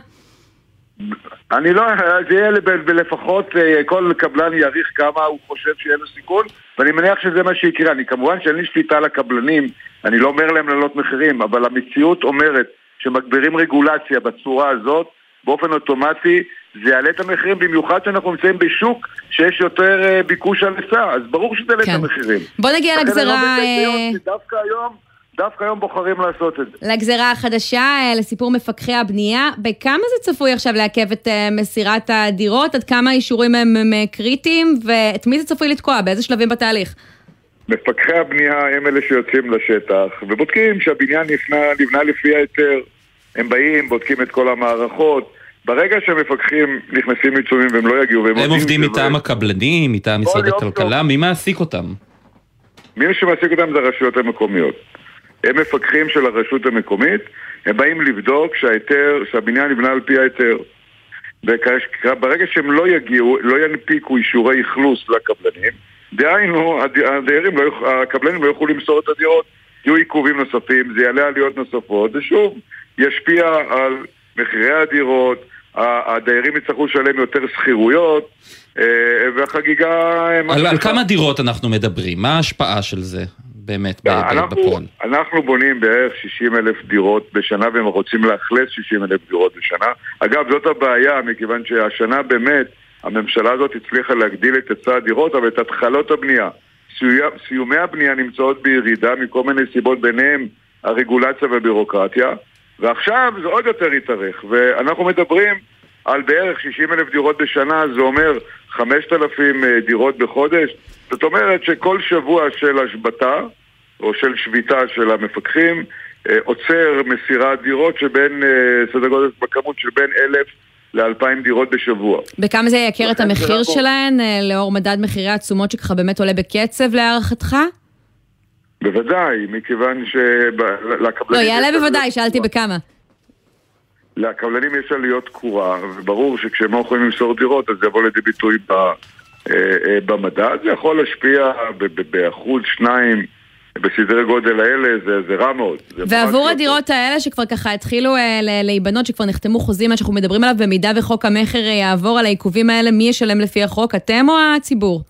אני לא, זה יהיה לפחות, כל קבלן יעריך כמה הוא חושב שיהיה לו סיכון, ואני מניח שזה מה שיקרה. אני כמובן שאין לי שליטה לקבלנים, אני לא אומר להם לעלות מחירים, אבל המציאות אומרת שמגבירים רגולציה בצורה הזאת, באופן אוטומטי זה יעלה את המחירים, במיוחד שאנחנו נמצאים בשוק שיש יותר ביקוש על היצע, אז ברור שזה יעלה את המחירים. בוא נגיע לגזרה... דווקא היום, דווקא היום בוחרים לעשות את זה. לגזרה החדשה, לסיפור מפקחי הבנייה, בכמה זה צפוי עכשיו לעכב את מסירת הדירות, עד כמה האישורים הם קריטיים, ואת מי זה צפוי לתקוע, באיזה שלבים בתהליך? מפקחי הבנייה הם אלה שיוצאים לשטח, ובודקים שהבניין נבנה, נבנה לפי היתר. הם באים, בודקים את כל המערכות. ברגע שהמפקחים נכנסים עיצומים והם לא יגיעו, הם עובדים מטעם הקבלנים, מטעם משרד הכלכלה, מי מעסיק אותם? מי שמעסיק אותם זה הרשויות המקומיות. הם מפקחים של הרשות המקומית, הם באים לבדוק שההיתר, שהבניין נבנה על פי ההיתר. ברגע שהם לא יגיעו, לא ינפיקו אישורי אכלוס לקבלנים, דהיינו, הדיירים, הקבלנים לא יוכלו למסור את הדירות, יהיו עיכובים נוספים, זה יעלה עלויות נוספות, ושוב, ישפיע על מחירי הדירות, הדיירים יצטרכו לשלם יותר שכירויות, והחגיגה... על, על כמה דירות אנחנו מדברים? מה ההשפעה של זה באמת בפועל? אנחנו בונים בערך שישים אלף דירות בשנה, והם רוצים להחלט שישים אלף דירות בשנה. אגב, זאת הבעיה, מכיוון שהשנה באמת, הממשלה הזאת הצליחה להגדיל את היצע הדירות, אבל את התחלות הבנייה, סיומי הבנייה נמצאות בירידה מכל מיני סיבות, ביניהם הרגולציה והבירוקרטיה, ועכשיו זה עוד יותר יתארך, ואנחנו מדברים על בערך שישים אלף דירות בשנה, זה אומר חמשת אלפים דירות בחודש. זאת אומרת שכל שבוע של השבתה, או של שביתה של המפקחים, עוצר מסירת דירות שבין, סדר גודל בכמות של בין אלף לאלפיים דירות בשבוע. בכמה זה יקר את המחיר שלהן, לאור מדד מחירי התשומות שככה באמת עולה בקצב להערכתך? בוודאי, מכיוון ש... לא, יעלה בוודאי, שאלתי בכמה. לקבלנים יש עליות תקורה, וברור שכשהם לא יכולים למסור דירות, אז זה יבוא לידי ביטוי במדד. זה יכול להשפיע באחוז, שניים, בסדרי גודל האלה, זה, זה רע מאוד. ועבור הדירות האלה שכבר ככה התחילו להיבנות, שכבר נחתמו חוזים, מה שאנחנו מדברים עליו, במידה וחוק המחר יעבור על העיכובים האלה, מי ישלם לפי החוק, אתם או הציבור?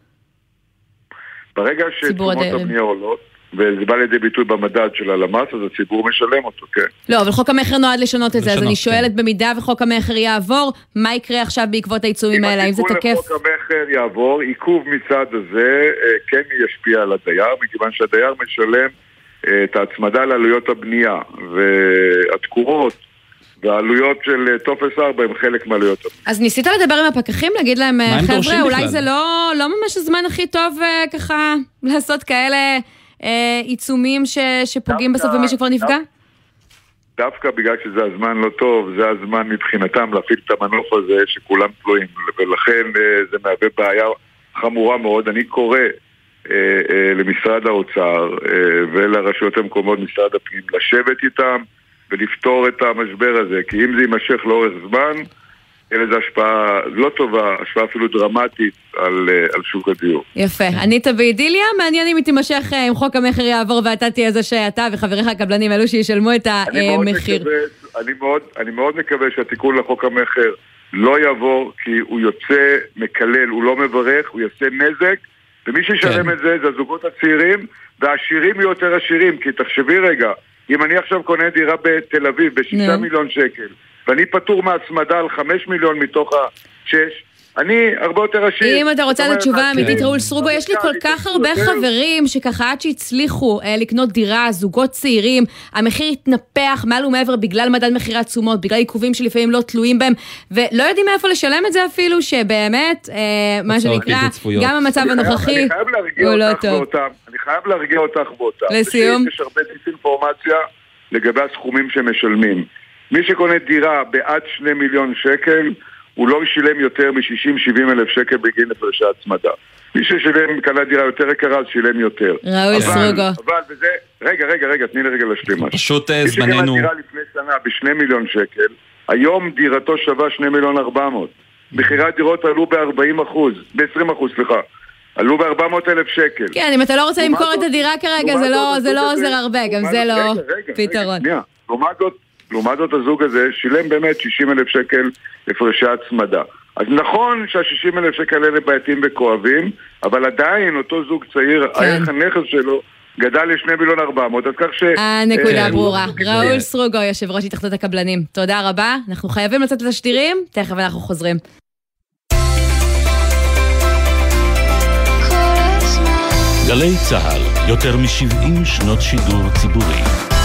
ברגע שתשומות הבנייה עולות, וזה בא לידי ביטוי במדד של הלמ"ס, אז הציבור משלם אותו, כן. לא, אבל חוק המחר נועד לשנות את זה, אז אני שואלת, במידה וחוק המחר יעבור, מה יקרה עכשיו בעקבות העיצומים האלה? אם זה תקף? אם חוק המחר יעבור, עיכוב מצד הזה כן ישפיע על הדייר, מכיוון שהדייר משלם את ההצמדה לעלויות הבנייה, והתקורות, והעלויות של טופס ארבע הם חלק מהעלויות הבנייה. אז ניסית לדבר עם הפקחים, להגיד להם, חבר'ה, אולי זה לא ממש הזמן הכי טוב ככה לעשות כאלה עיצומים שפוגעים בסוף במי שכבר נפגע? דווקא בגלל שזה הזמן לא טוב, זה הזמן מבחינתם להפעיל את המנוף הזה שכולם תלויים, ולכן זה מהווה בעיה חמורה מאוד. אני קורא למשרד האוצר ולרשויות המקומות, משרד הפנים, לשבת איתם ולפתור את המשבר הזה, כי אם זה יימשך לאורך זמן, אין לזה השפעה לא טובה, השפעה אפילו דרמטית על, על שוק הדיור. יפה. ענית באידיליה, מעניין אם היא תימשך, אם חוק המחיר יעבור ואתה תהיה זה שאתה וחבריך הקבלנים אלו שישלמו את המחיר. אני מאוד, אני מאוד מקווה שהתיקון לחוק המחיר לא יעבור, כי הוא יוצא מקלל, הוא לא מברך, הוא יעשה נזק, ומי שישלם כן. את זה זה הזוגות הצעירים, והעשירים יהיו יותר עשירים, כי תחשבי רגע, אם אני עכשיו קונה דירה בתל אביב בשישה מיליון שקל, ואני פטור מהצמדה על חמש מיליון מתוך השש, אני הרבה יותר עשיר. אם אתה רוצה את התשובה האמיתית, ראול סרוגו, יש לי כל כך הרבה חברים שככה עד שהצליחו לקנות דירה, זוגות צעירים, המחיר התנפח מעל ומעבר בגלל מדד מחירי התשומות, בגלל עיכובים שלפעמים לא תלויים בהם, ולא יודעים מאיפה לשלם את זה אפילו, שבאמת, מה שנקרא, גם המצב הנוכחי הוא לא טוב. חייב להרגיע אותך באותה. לסיום. יש הרבה דיסאינפורמציה לגבי הסכומים שמשלמים. מי שקונה דירה בעד שני מיליון שקל, הוא לא שילם יותר מ-שישים שבעים אלף שקל בגין הפרשי הצמדה. מי ששילם קנה דירה יותר יקרה, אז שילם יותר. ראוי סרוגו. אבל, וזה, רגע, רגע, רגע, תני לי רגע להשלים משהו. פשוט זמננו. מי שקנה דירה לפני שנה בשני מיליון שקל, היום דירתו שווה שני מיליון ארבע מאות. מחירי הדירות עלו ב-ארבעים אחוז, ב-עשרים אחוז, סליחה. עלו ב-ארבע מאות אלף שקל. כן, אם אתה לא רוצה למכור את הדירה כרגע, זה לא עוזר הרבה, גם זה לא פתרון. לעומת זאת הזוג הזה שילם באמת שישים אלף שקל הפרשי הצמדה. אז נכון שה-שישים אלף שקל האלה בעייתיים וכואבים, אבל עדיין אותו זוג צעיר, הערך הנכס שלו גדל לשני מיליון ארבע מאות, אז כך ש... הנקודה ברורה. ראול סרוגו, יושב ראש התאחדות הקבלנים. תודה רבה. אנחנו חייבים לצאת לתשדירים, תכף אנחנו חוזרים. גלי צהל, יותר מ-שבעים שנות שידור ציבורי.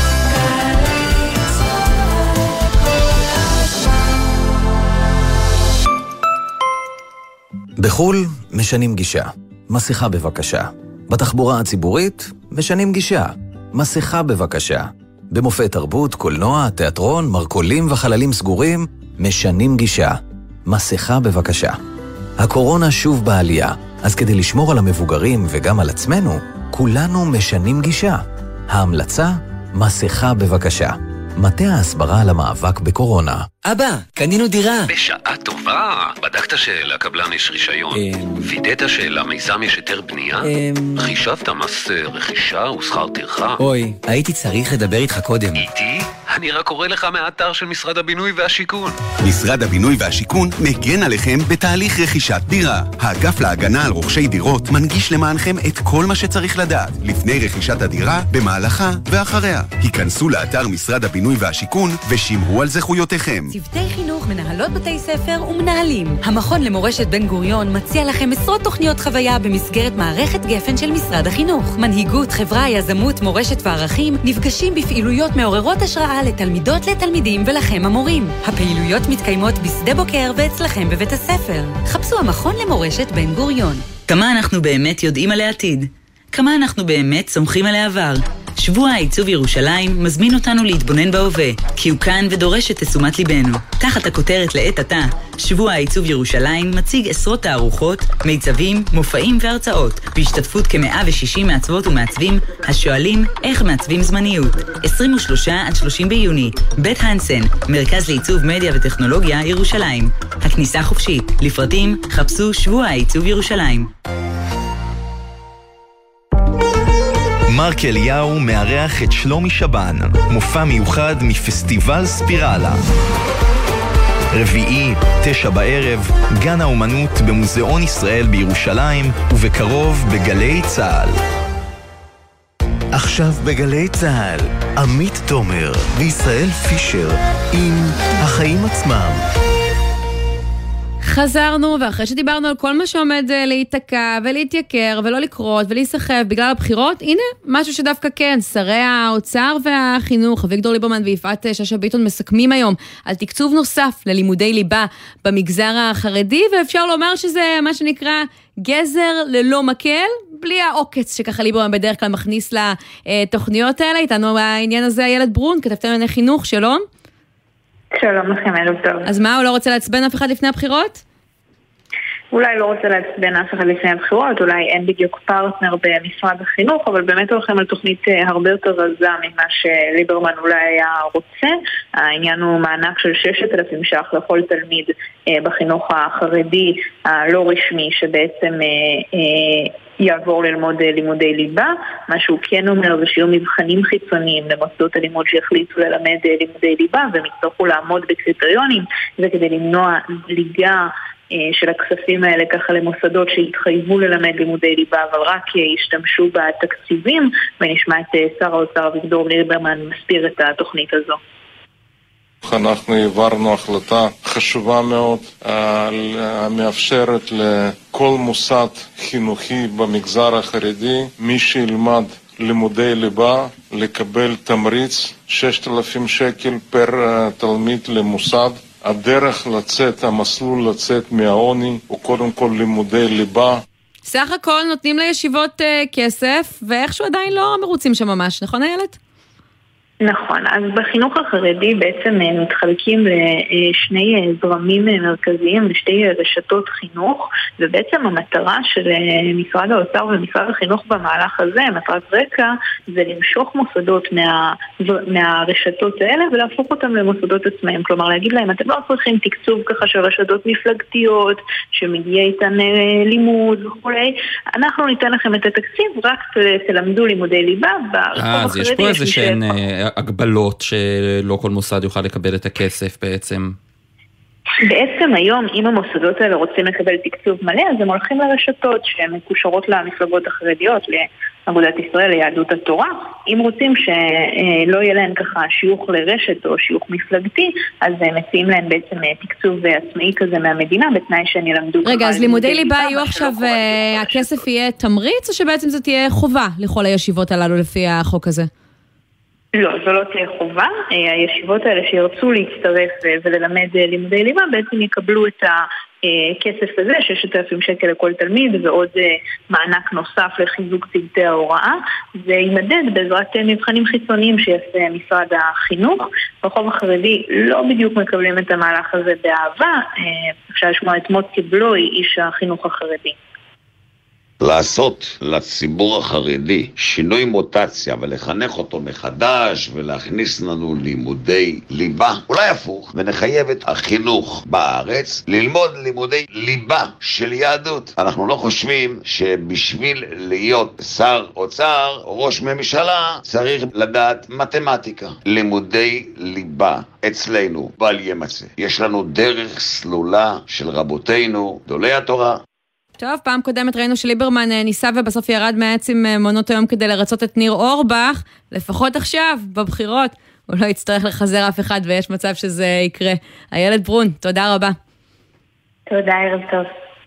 בחול משנים גישה. מסכה בבקשה. בתחבורה הציבורית משנים גישה. מסכה בבקשה. במופעי תרבות, קולנוע, תיאטרון, מרקולים וחללים סגורים משנים גישה. מסכה בבקשה. הקורונה שוב בעלייה, אז כדי לשמור על המבוגרים וגם על עצמנו, כולנו משנים גישה. ההמלצה, מסכה בבקשה. מטה ההסברה על המאבק בקורונה. אבא, קנינו דירה. בשעה טובה. בדקת שלקבלן יש רישיון? וידאת שלמיזם יש היתר בנייה? חישבת מס רכישה ושכר טרחה? אוי, הייתי צריך לדבר איתך קודם. איתי? אני רק קורא לך מהאתר של משרד הבינוי והשיכון. משרד הבינוי והשיכון מגן עליכם בתהליך רכישת דירה. האגף להגנה על רוכשי דירות מנגיש למענכם את כל מה שצריך לדעת לפני רכישת הדירה, במהלכה ואחריה. היכנסו לאתר משרד הבינוי והשיכון ושימרו על זכויותיכם. צוותי חינוך, מנהלות בתי ספר ומנהלים. המכון למורשת בן גוריון מציע לכם עשרות תוכניות חוויה במסגרת מערכת גפן של משרד החינוך. מנהיגות, חברה, יזמות, מורשת וערכים נפגשים בפעילויות מעוררות השראה לתלמידות, לתלמידים ולכם המורים. הפעילויות מתקיימות בשדה בוקר ואצלכם בבית הספר. חפשו המכון למורשת בן גוריון. כמה אנחנו באמת יודעים על העתיד? כמה אנחנו באמת סומכים על העבר? שבוע העיצוב ירושלים מזמין אותנו להתבונן בהווה, כי הוא כאן ודורש את תשומת ליבנו. תחת הכותרת לעת עתה, שבוע העיצוב ירושלים מציג עשרות תערוכות, מיצבים, מופעים והרצאות, בהשתתפות כ-מאה ושישים מעצבות ומעצבים השואלים איך מעצבים זמניות. עשרים ושלושה עד שלושים ביוני, בית הנסן, מרכז לעיצוב מדיה וטכנולוגיה ירושלים. הכניסה חופשית. לפרטים חפשו שבוע העיצוב ירושלים. מרק אליהו מארח את שלומי שבן, מופע מיוחד מפסטיבל ספירלה. רביעי, תשע בערב, גן האומנות במוזיאון ישראל בירושלים, ובקרוב בגלי צהל. עכשיו בגלי צהל, עמית תומר וישראל פישר עם החיים עצמם. חזרנו, ואחרי שדיברנו על כל מה שעומד להיתקע ולהתייקר ולא לקרות ולהיסחב בגלל הבחירות, הנה משהו שדווקא כן, שרי האוצר והחינוך, אביגדור ליברמן ויפעת שאשא ביטון מסכמים היום על תקצוב נוסף ללימודי ליבה במגזר החרדי, ואפשר לומר שזה מה שנקרא גזר ללא מקל, בלי העוקץ שככה ליברמן בדרך כלל מכניס לתוכניות האלה. איתנו העניין הזה איילת ברון, כתבתם לענייני חינוך, שלום. שלום לכם, ערב טוב. אז מה, הוא לא רוצה לעצבן אף אחד לפני הבחירות? אולי לא רוצה לעצבן אף אחד לפני הבחירות, אולי אין בדיוק פרטנר במשרד החינוך, אבל באמת הולכים על תוכנית הרבה יותר רזה ממה שליברמן אולי היה רוצה. העניין הוא מענק של ששת אלפים ש"ח לכל תלמיד בחינוך החרדי הלא רשמי, שבעצם יעבור ללמוד לימודי ליבה. מה שהוא כן אומר זה שיהיו מבחנים חיצוניים למוסדות הלימוד שיחליטו ללמד לימודי ליבה, והם יצטרכו לעמוד בקריטריונים, וכדי למנוע זליגה של הכספים האלה ככה למוסדות שהתחייבו ללמד לימודי ליבה אבל רק ישתמשו בתקציבים. ונשמע את שר האוצר אביגדור ליברמן מסביר את התוכנית הזו. אנחנו העברנו החלטה חשובה מאוד המאפשרת לכל מוסד חינוכי במגזר החרדי, מי שילמד לימודי ליבה, לקבל תמריץ ששת אלפים שקל פר תלמיד למוסד. הדרך לצאת, המסלול לצאת מהעוני הוא קודם כל לימודי ליבה. סך הכל נותנים לישיבות uh, כסף, ואיכשהו עדיין לא מרוצים שם ממש, נכון איילת? נכון, אז בחינוך החרדי בעצם מתחלקים לשני זרמים מרכזיים, לשתי רשתות חינוך, ובעצם המטרה של משרד האוצר ומשרד החינוך במהלך הזה, מטרת רקע, זה למשוך מוסדות מה, מהרשתות האלה ולהפוך אותם למוסדות עצמאים. כלומר, להגיד להם, אתם לא צריכים תקצוב ככה של רשתות מפלגתיות, שמגיע איתן לימוד וכולי. אנחנו ניתן לכם את התקציב, רק תלמדו לימודי ליבה. אה, אז יש פה איזה שהן הגבלות שלא כל מוסד יוכל לקבל את הכסף בעצם. בעצם היום, אם המוסדות האלה רוצים לקבל תקצוב מלא, אז הם הולכים לרשתות שהן מקושרות למפלגות החרדיות, לאגודת ישראל, ליהדות התורה. אם רוצים שלא יהיה להם ככה שיוך לרשת או שיוך מפלגתי, אז מציעים להם בעצם תקצוב עצמאי כזה מהמדינה, בתנאי שהם ילמדו. רגע, אז לימודי ליבה יהיו עכשיו, הכסף יהיה תמריץ, או שבעצם זה תהיה חובה לכל הישיבות הללו לפי החוק הזה? לא, זו לא תהיה חובה. הישיבות האלה שירצו להצטרף וללמד לימודי ליבה בעצם יקבלו את הכסף הזה, ששת אלפים שקל לכל תלמיד, ועוד מענק נוסף לחיזוק צוותי ההוראה. זה יימדד בעזרת מבחנים חיצוניים שיעשה משרד החינוך. ברחוב החרדי לא בדיוק מקבלים את המהלך הזה באהבה. אפשר לשמוע את מוטי בלוי, איש החינוך החרדי. לעשות לציבור החרדי שינוי מוטציה ולחנך אותו מחדש ולהכניס לנו לימודי ליבה, אולי הפוך, ונחייב את החינוך בארץ ללמוד לימודי ליבה של יהדות. אנחנו לא חושבים שבשביל להיות שר אוצר או ראש ממשלה צריך לדעת מתמטיקה. לימודי ליבה אצלנו בל ימצא. יש לנו דרך סלולה של רבותינו גדולי התורה. טוב, פעם קודמת ראינו שליברמן ניסה ובסוף ירד מהעץ עם מעונות היום כדי לרצות את ניר אורבך, לפחות עכשיו, בבחירות, הוא לא יצטרך לחזר אף אחד ויש מצב שזה יקרה. איילת ברון, תודה רבה. תודה, ערב טוב.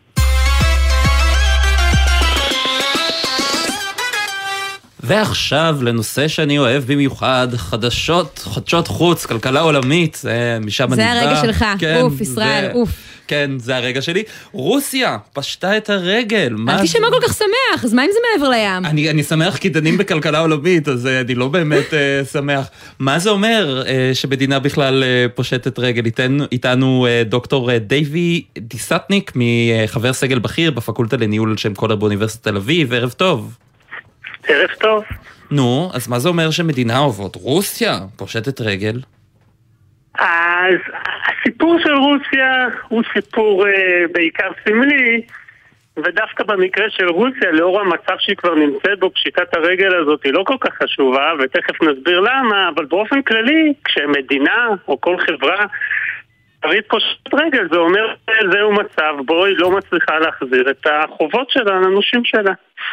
ועכשיו לנושא שאני אוהב במיוחד, חדשות, חדשות חוץ, כלכלה עולמית, זה משם זה אני בא. הרגע שלך, כן, אוף, ישראל, זה, אוף. כן, זה הרגע שלי. רוסיה פשטה את הרגל. אל תשמע כל כך שמח, אז מה אם זה מעבר לים? אני, אני שמח כי דנים בכלכלה עולמית, אז אני לא באמת uh, שמח. מה זה אומר uh, שמדינה בכלל uh, פושטת רגל? איתנו, איתנו uh, דוקטור uh, דייבי דיסטניק, מחבר סגל בכיר בפקולטה לניהול שם קולר באוניברסיטת תל אביב. ערב טוב. ערב טוב. נו, אז מה זה אומר שמדינה עוברת? רוסיה פושטת רגל? אז הסיפור של רוסיה הוא סיפור uh, בעיקר סמלי, ודווקא במקרה של רוסיה, לאור המצב שהיא כבר נמצאת בו, פשיטת הרגל הזאת היא לא כל כך חשובה, ותכף נסביר למה, אבל באופן כללי, כשמדינה או כל חברה תריד פושטת רגל, זה אומר זהו מצב בו היא לא מצליחה להחזיר את החובות שלה לנושים שלה.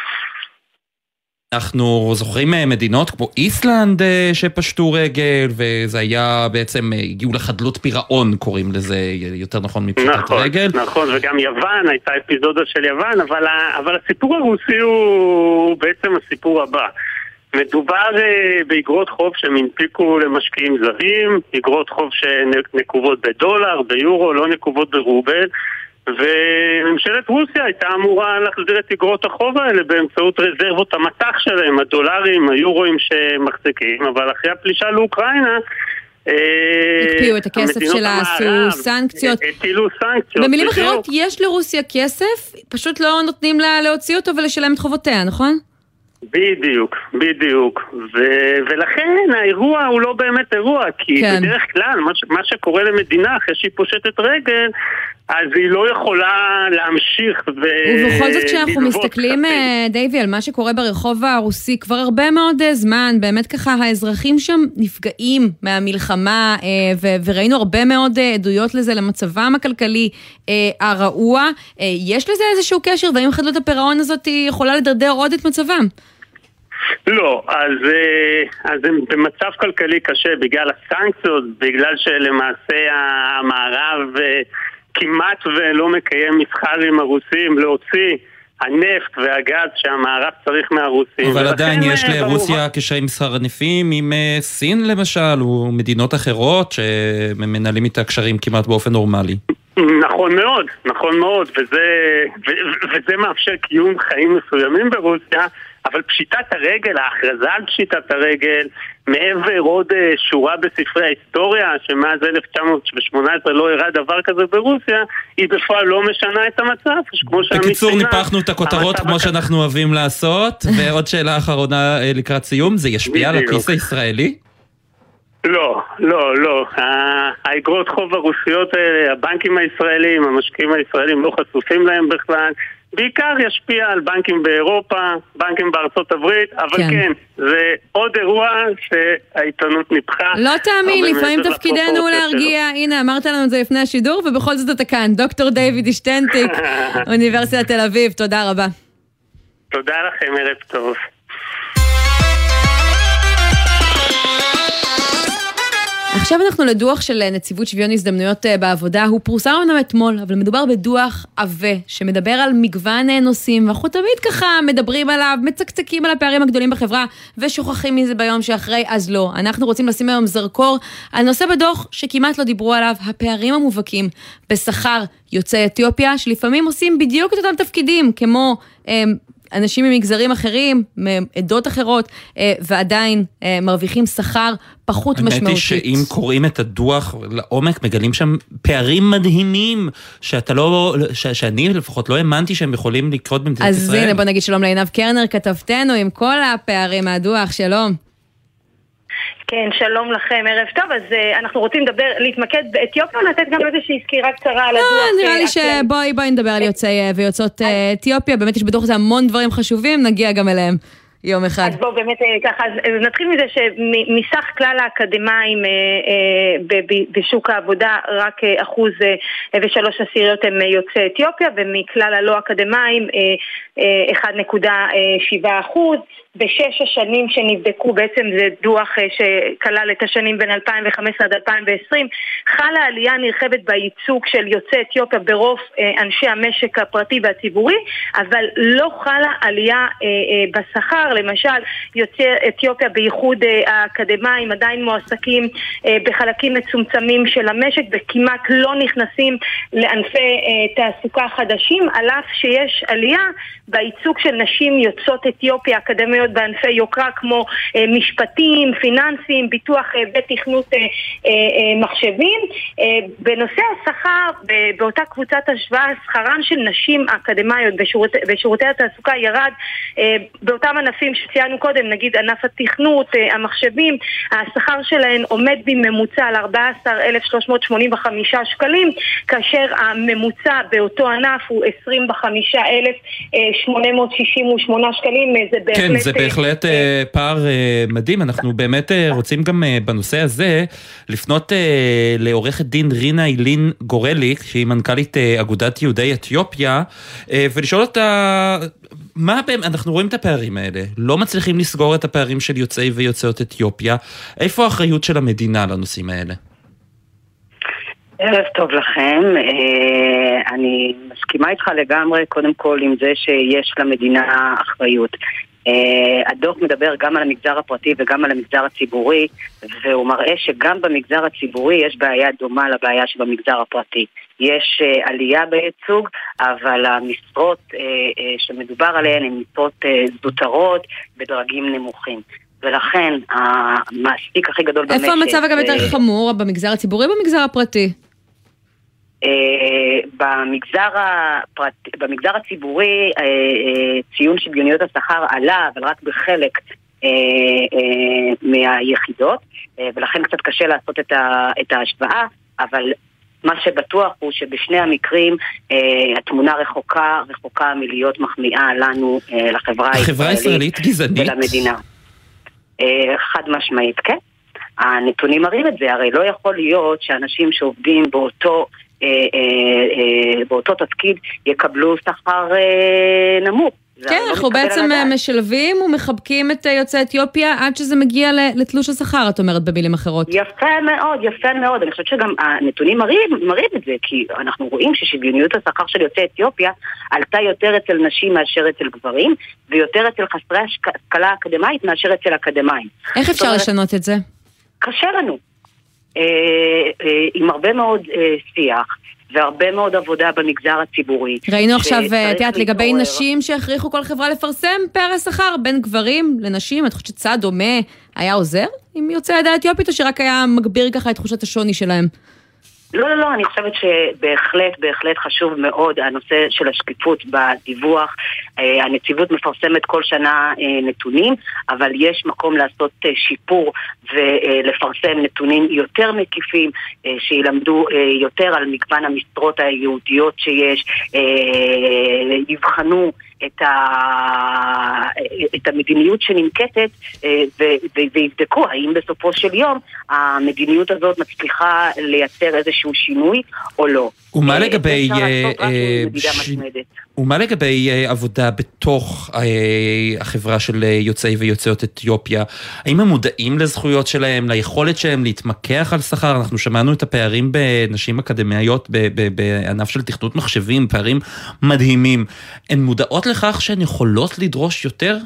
אנחנו זוכרים מדינות כמו איסלנד שפשטו רגל, וזה היה בעצם, הגיעו לחדלות פירעון, קוראים לזה יותר נכון מפשיטת נכון, רגל. נכון, וגם יוון, הייתה אפיזודה של יוון, אבל, אבל הסיפור הרוסי הוא בעצם הסיפור הבא. מדובר באגרות חוב שמנפיקו למשקיעים זרים, אגרות חוב שנקובות בדולר, ביורו, לא נקובות ברובל, וממשלת רוסיה הייתה אמורה להחזיר את אגרות החוב האלה באמצעות רזרבות המטח שלהם, הדולרים, היורואים שמחזיקים, אבל אחרי הפלישה לאוקראינה הקפיאו את הכסף שלה, עשו סנקציות. הטילו סנקציות. במילים אחרות, יש לרוסיה כסף, פשוט לא נותנים לה להוציא אותו ולשלם את חובותיה, נכון? בדיוק, בדיוק. ו- ולכן האירוע הוא לא באמת אירוע, כי כן. בדרך כלל מה, ש- מה שקורה למדינה אחרי שהיא פושטת רגל, אז היא לא יכולה להמשיך ו... ובכל זאת כשאנחנו מסתכלים, דייבי, על מה שקורה ברחוב הרוסי כבר הרבה מאוד זמן, באמת ככה האזרחים שם נפגעים מהמלחמה, ו- וראינו הרבה מאוד עדויות לזה, למצבם הכלכלי הרעוע. יש לזה איזשהו קשר, והאם חדלות הפירעון הזאת יכולה לדרדר עוד את מצבם? לא, אז, אז הם במצב כלכלי קשה בגלל הסנקציות, בגלל שלמעשה המערב כמעט ולא מקיים מסחר עם הרוסים להוציא הנפט והגז שהמערב צריך מהרוסים. אבל עדיין יש לרוסיה קשרי מסחר ענפים עם סין למשל, או מדינות אחרות שמנהלים איתה קשרים כמעט באופן נורמלי. נכון מאוד, נכון מאוד, וזה, ו, וזה מאפשר קיום חיים מסוימים ברוסיה, אבל פשיטת הרגל, ההכרזה על פשיטת הרגל, מעבר עוד שורה בספרי ההיסטוריה, שמאז אלף תשע מאות שמונה עשרה לא הראה דבר כזה ברוסיה, היא בפועל לא משנה את המצב. בקיצור, ניפחנו את הכותרות כמו שאנחנו אוהבים לעשות, ועוד שאלה אחרונה לקראת סיום, זה ישפיע על הכיס הישראלי? לא, לא, לא. האגרות חוב הרוסיות האלה, הבנקים הישראלים, המשקיעים הישראלים לא חשופים להם בכלל. בעיקר ישפיע על בנקים באירופה, בנקים בארצות הברית, אבל כן, כן זה עוד אירוע שהעיתונות ניפחה. לא תאמין, לפעמים תפקידנו להרגיע. שלו. הנה, אמרת לנו את זה לפני השידור, ובכל זאת אתה כאן. דוקטור דיוויד שטנטיק, אוניברסיטת תל אביב, תודה רבה. תודה לכם, ערב טוב. עכשיו אנחנו לדוח של נציבות שוויון הזדמנויות בעבודה. הוא פורסם לנו אתמול, אבל מדובר בדוח עווה, שמדבר על מגוון נושאים, ואנחנו תמיד ככה מדברים עליו, מצקצקים על הפערים הגדולים בחברה, ושוכחים מזה ביום שאחרי, אז לא. אנחנו רוצים לשים היום זרקור על נושא בדוח שכמעט לא דיברו עליו, הפערים המובהקים בשכר יוצאי אתיופיה, שלפעמים עושים בדיוק את אותם תפקידים, כמו אנשים ממגזרים אחרים, מעדות אחרות, ועדיין מרוויחים שכר פחות משמעותית. האמת היא שאם קוראים את הדוח לעומק, מגלים שם פערים מדהימים, שאתה לא, ש, שאני לפחות לא האמנתי שהם יכולים לקרות במדינת אז ישראל. אז הנה בוא נגיד שלום לעינב קרנר, כתבתנו עם כל הפערים מהדוח, שלום. כן, שלום לכם, ערב טוב. אז uh, אנחנו רוצים לדבר, להתמקד באתיופיה, לתת גם איזושהי סקירה קצרה על הדוח. לא, נראה לי שבואי בואי נדבר על יוצאי ויוצאות אתיופיה, באמת יש בדוח הזה המון דברים חשובים, נגיע גם אליהם יום אחד. אז בואו באמת ככה, אז נתחיל מזה שמסך כלל האקדמיים בשוק העבודה, רק אחוז ושלוש עשיריות הם יוצאי אתיופיה, ומכלל הלא אקדמיים אחד נקודה שבע אחוז. בשש השנים שנבדקו, בעצם זה דוח שכלל את השנים בין אלפיים וחמש עשרה עד אלפיים ועשרים, חלה עלייה נרחבת בייצוג של יוצאי אתיופיה ברוב אנשי המשק הפרטי והציבורי, אבל לא חלה עלייה בשכר. למשל, יוצאי אתיופיה בייחוד האקדמיים עדיין מועסקים בחלקים מצומצמים של המשק, וכמעט לא נכנסים לענפי תעסוקה חדשים, על אף שיש עלייה בייצוג של נשים יוצאות אתיופיה אקדמיות בענפי יוקרה כמו אה, משפטים, פיננסים, ביטוח אה, ותכנות אה, אה, מחשבים. אה, בנושא השכר, באותה קבוצת השוואה, שכרן של נשים אקדמיות בשירות, בשירותי התעסוקה ירד אה, באותם ענפים שציינו קודם, נגיד ענף התכנות, אה, המחשבים, השכר שלהן עומד בממוצע על ארבעה עשר אלף שלוש מאות שמונים וחמישה שקלים, כאשר הממוצע באותו ענף הוא עשרים וחמישה אלף שמונה מאות שישים ושמונה שקלים. זה בהחלט... כן, זה בהחלט פער מדהים. אנחנו באמת רוצים גם בנושא הזה לפנות לעורכת דין רינה אילין גורליק, שהיא מנכ"לית אגודת יהודי אתיופיה, ולשאול אותה, מה באמת, אנחנו רואים את הפערים האלה, לא מצליחים לסגור את הפערים של יוצאי ויוצאות אתיופיה, איפה האחריות של המדינה לנושאים האלה? ערב טוב לכם. אני מסכימה איתך לגמרי, קודם כל עם זה שיש למדינה אחריות. הדוח מדבר גם על המגזר הפרטי וגם על המגזר הציבורי, והוא מראה שגם במגזר הציבורי יש בעיה דומה לבעיה שבמגזר הפרטי. יש עלייה בייצוג, אבל המשרות שמדובר עליהן הן משרות זוטרות בדרגים נמוכים. ולכן המעסיק הכי גדול במשק... איפה המצב אגב יותר חמור? במגזר הציבורי או במגזר הפרטי? במגזר הפרטי, במגזר הציבורי ציון שוויוניות השכר עלה, אבל רק בחלק מהיחידות, ולכן קצת קשה לעשות את ההשוואה, אבל מה שבטוח הוא שבשני המקרים התמונה רחוקה, רחוקה מלהיות מחמיאה לנו, לחברה הישראלית ולמדינה. חד משמעית, כן. הנתונים מראים את זה, הרי לא יכול להיות שאנשים שעובדים באותו, אה, אה, אה, באותו תפקיד יקבלו שכר אה, נמוך. כן, אנחנו בעצם משלבים ומחבקים את יוצאי אתיופיה עד שזה מגיע לתלוש השכר, את אומרת במילים אחרות. יפה מאוד, יפה מאוד. אני חושבת שגם הנתונים מראים, מראים את זה, כי אנחנו רואים ששוויוניות השכר של יוצאי אתיופיה עלתה יותר אצל נשים מאשר אצל גברים, ויותר אצל חסרי השכלה אקדמית מאשר אצל אקדמיים. איך אפשר לשנות את זה? קשה לנו. עם הרבה מאוד שיח, והרבה מאוד עבודה במגזר הציבורי. ראינו עכשיו, תיאת, לגבי נשים שהכריחו כל חברה לפרסם פערי שכר בין גברים לנשים, את חושבת שצעד דומה היה עוזר עם יוצאי העדה האתיופית, או שרק היה מגביר ככה את תחושת השוני שלהם? לא, לא, לא, אני חושבת שבהחלט, בהחלט חשוב מאוד הנושא של השקיפות בדיווח. הנציבות מפרסמת כל שנה נתונים, אבל יש מקום לעשות שיפור ולפרסם נתונים יותר מקיפים, שילמדו יותר על מגוון המשרות היהודיות שיש, יבחנו את, ה... את המדיניות שננקטת ויבדקו האם בסופו של יום המדיניות הזאת מצליחה לייצר איזשהו שינוי או לא. ומה לגבי ומה לגבי עבודה בתוך החברה של יוצאי ויוצאות אתיופיה? האם הם מודעים לזכויות שלהם, ליכולת שלהם להתמקח על שכר? אנחנו שמענו את הפערים בנשים אקדמיות בענף של תכנות מחשבים, פערים מדהימים. הן מודעות לכך שהן יכולות לדרוש יותר?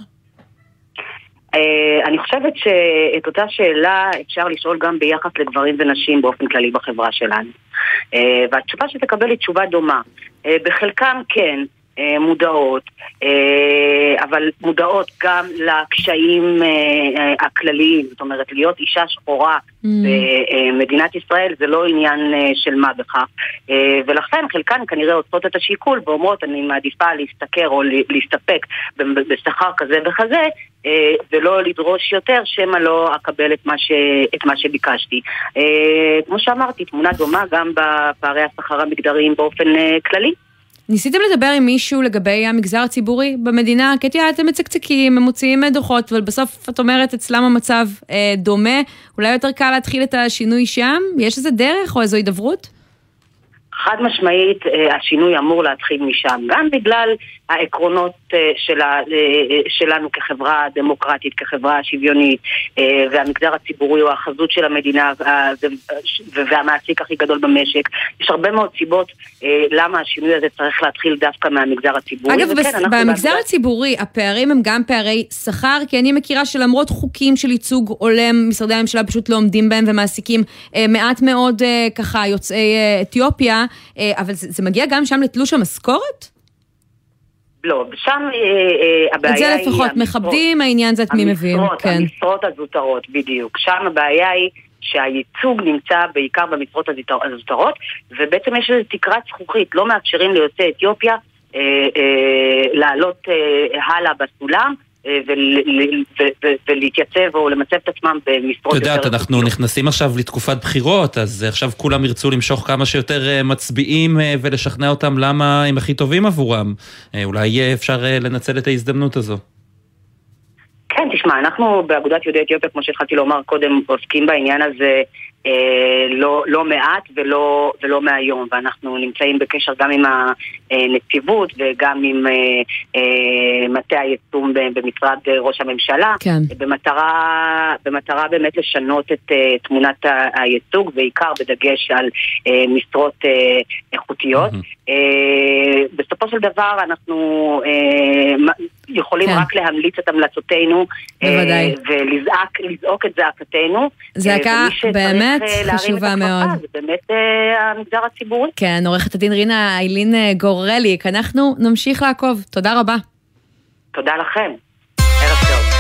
אני חושבת שאת אותה שאלה אפשר לשאול גם ביחס לגברים ונשים באופן כללי בחברה שלנו. והתשובה שתקבל היא תשובה דומה. בחלקם כן, מודעות, אבל מודעות גם לקשיים הכלליים, זאת אומרת, להיות אישה שחורה במדינת ישראל זה לא עניין של מה בכך, ולכן חלקן כנראה עושות את השיקול ואומרות אני מעדיפה להסתכר או להסתפק בשכר כזה וכזה, ולא לדרוש יותר, שמה לא אקבל את מה, ש... את מה שביקשתי. כמו שאמרתי, תמונה דומה גם בפערי השכר המגדריים באופן כללי. ניסיתם לדבר עם מישהו לגבי המגזר הציבורי במדינה? קטיה, אתם מצקצקים, הם מוציאים דוחות, אבל בסוף את אומרת אצלם המצב אה, דומה, אולי יותר קל להתחיל את השינוי שם? יש איזה דרך או איזו הידברות? חד משמעית, השינוי אמור להתחיל משם, גם בגלל העקרונות שלה, שלנו כחברה דמוקרטית, כחברה שוויונית, והמגזר הציבורי הוא החזות של המדינה והמעסיק הכי גדול במשק. יש הרבה מאוד סיבות למה השינוי הזה צריך להתחיל דווקא מהמגזר הציבורי. אגב, במגזר הציבורי הפערים הם גם פערי שכר, כי אני מכירה שלמרות חוקים של ייצוג הולם, משרדי הממשלה פשוט לא עומדים בהם ומעסיקים מעט מאוד ככה יוצאי אתיופיה, אבל זה, זה מגיע גם שם לתלוש המשכורת? לא, שם הבעיה היא... את זה לפחות מכבדים, העניין זה את מי מביאים. כן. המשרות הזוטרות, בדיוק. שם הבעיה היא שהייצוג נמצא בעיקר במשרות הזוטרות, ובעצם יש איזו תקרת זכוכית, לא מאפשרים ליוצאי אתיופיה אה, אה, לעלות אה, הלאה בסולם, ולהתייצב או למצב את עצמם במשרות יותר... אתה יודעת, אנחנו נכנסים עכשיו לתקופת בחירות, אז עכשיו כולם ירצו למשוך כמה שיותר מצביעים ולשכנע אותם למה הם הכי טובים עבורם. אולי אפשר לנצל את ההזדמנות הזו. כן, תשמע, אנחנו באגודת יהודי אתיופיה, כמו שהתחלתי לומר קודם, עוסקים בעניין הזה אה, לא, לא מעט ולא, ולא מהיום, ואנחנו נמצאים בקשר גם עם הנציבות וגם עם אה, אה, מטה היישום במשרד ראש הממשלה, כן. במטרה, במטרה באמת לשנות את אה, תמונת הייצוג, בעיקר בדגש על אה, משרות אה, איכותיות. Mm-hmm. אה, בסופו של דבר אנחנו אה, יכולים כן. רק להמליץ את המלצותינו, בוודאי. ולזעוק את זעקתנו. זעקה באמת חשובה מאוד. זה באמת המגזר הציבורי. כן, עורכת הדין רינה איילין גורליק, אנחנו נמשיך לעקוב. תודה רבה. תודה לכם. ערב טוב.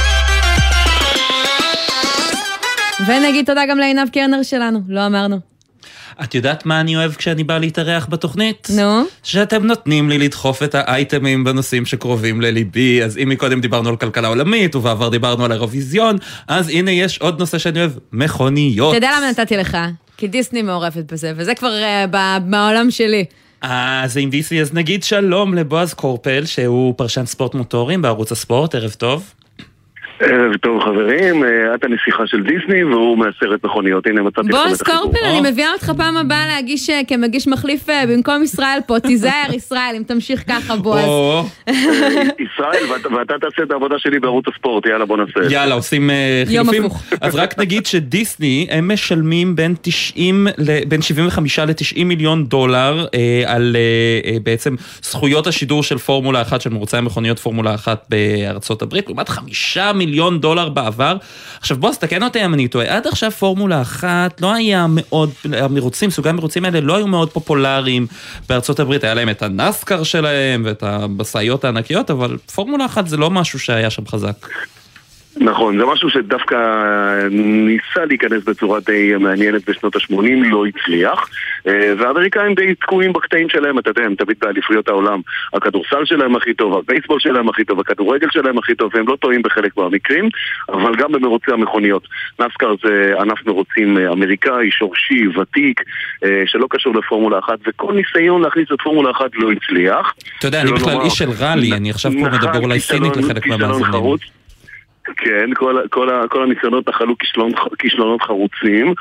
ונגיד תודה גם לעינב קרנר שלנו, לא אמרנו. את יודעת מה אני אוהב כשאני בא להתארח בתוכנית? נו? שאתם נותנים לי לדחוף את האייטמים בנושאים שקרובים לליבי, אז אם מקודם דיברנו על כלכלה עולמית, ובעבר דיברנו על אירוויזיון, אז הנה יש עוד נושא שאני אוהב, מכוניות. אתה יודע למה נתתי לך? כי דיסני מעורפת בזה, וזה כבר uh, בעולם שלי. אז עם דיסני, אז נגיד שלום לבועז קורפל, שהוא פרשן ספורט מוטורים בערוץ הספורט, ערב טוב. ערב טוב חברים, את הנסיכה של דיסני והוא מהסרט מכוניות. הנה מצאתי לכם את בועז קורפל, אני מביאה אותך פעם הבאה להגיש כמגיש מחליף במקום ישראל פה, תיזהר ישראל, אם תמשיך ככה בועז. ישראל, ואתה תעשה את העבודה שלי בערוץ הספורט, יאללה בוא נעשה. יאללה, עושים חילופים. אז רק נגיד שדיסני הם משלמים בין תשעים, בין שבעים וחמישה ל-תשעים מיליון דולר על בעצם זכויות השידור של פורמולה אחת, של מרוצי המכוניות פורמולה אחת בארצות הברית, לעומת חמישה מיליון מיליון דולר בעבר. עכשיו בוא, סתקן אותי אם אני טועה, עד עכשיו פורמולה אחת לא היה מאוד, המרוצים, סוגי המרוצים האלה לא היו מאוד פופולריים בארצות הברית, היה להם את הנסקר שלהם ואת הבסאיות הענקיות, אבל פורמולה אחת זה לא משהו שהיה שם חזק. נכון, זה משהו שדווקא ניסה להיכנס בצורה די מעניינת בשנות ה-שמונים, לא הצליח, והאמריקאים די תקועים בקטעים שלהם, אתה יודע, הם תמיד באליפויות העולם, הכדורסל שלהם הכי טוב, הבייסבול שלהם הכי טוב, הכדורגל שלהם הכי טוב, והם לא טועים בחלק מהמקרים, אבל גם במרוצי המכוניות. נסקר זה ענף מרוצים אמריקאי, שורשי, ותיק, שלא קשור לפורמולה אחת, וכל ניסיון להכניס את פורמולה אחת לא הצליח. אתה יודע, אני בכלל איש של רלי, אני עכשיו פה מדבר אולי סינית לחלק מהמאזינים. כן, כל, כל, כל הניסיונות נחלו כישלונות, כישלונות חרוצים,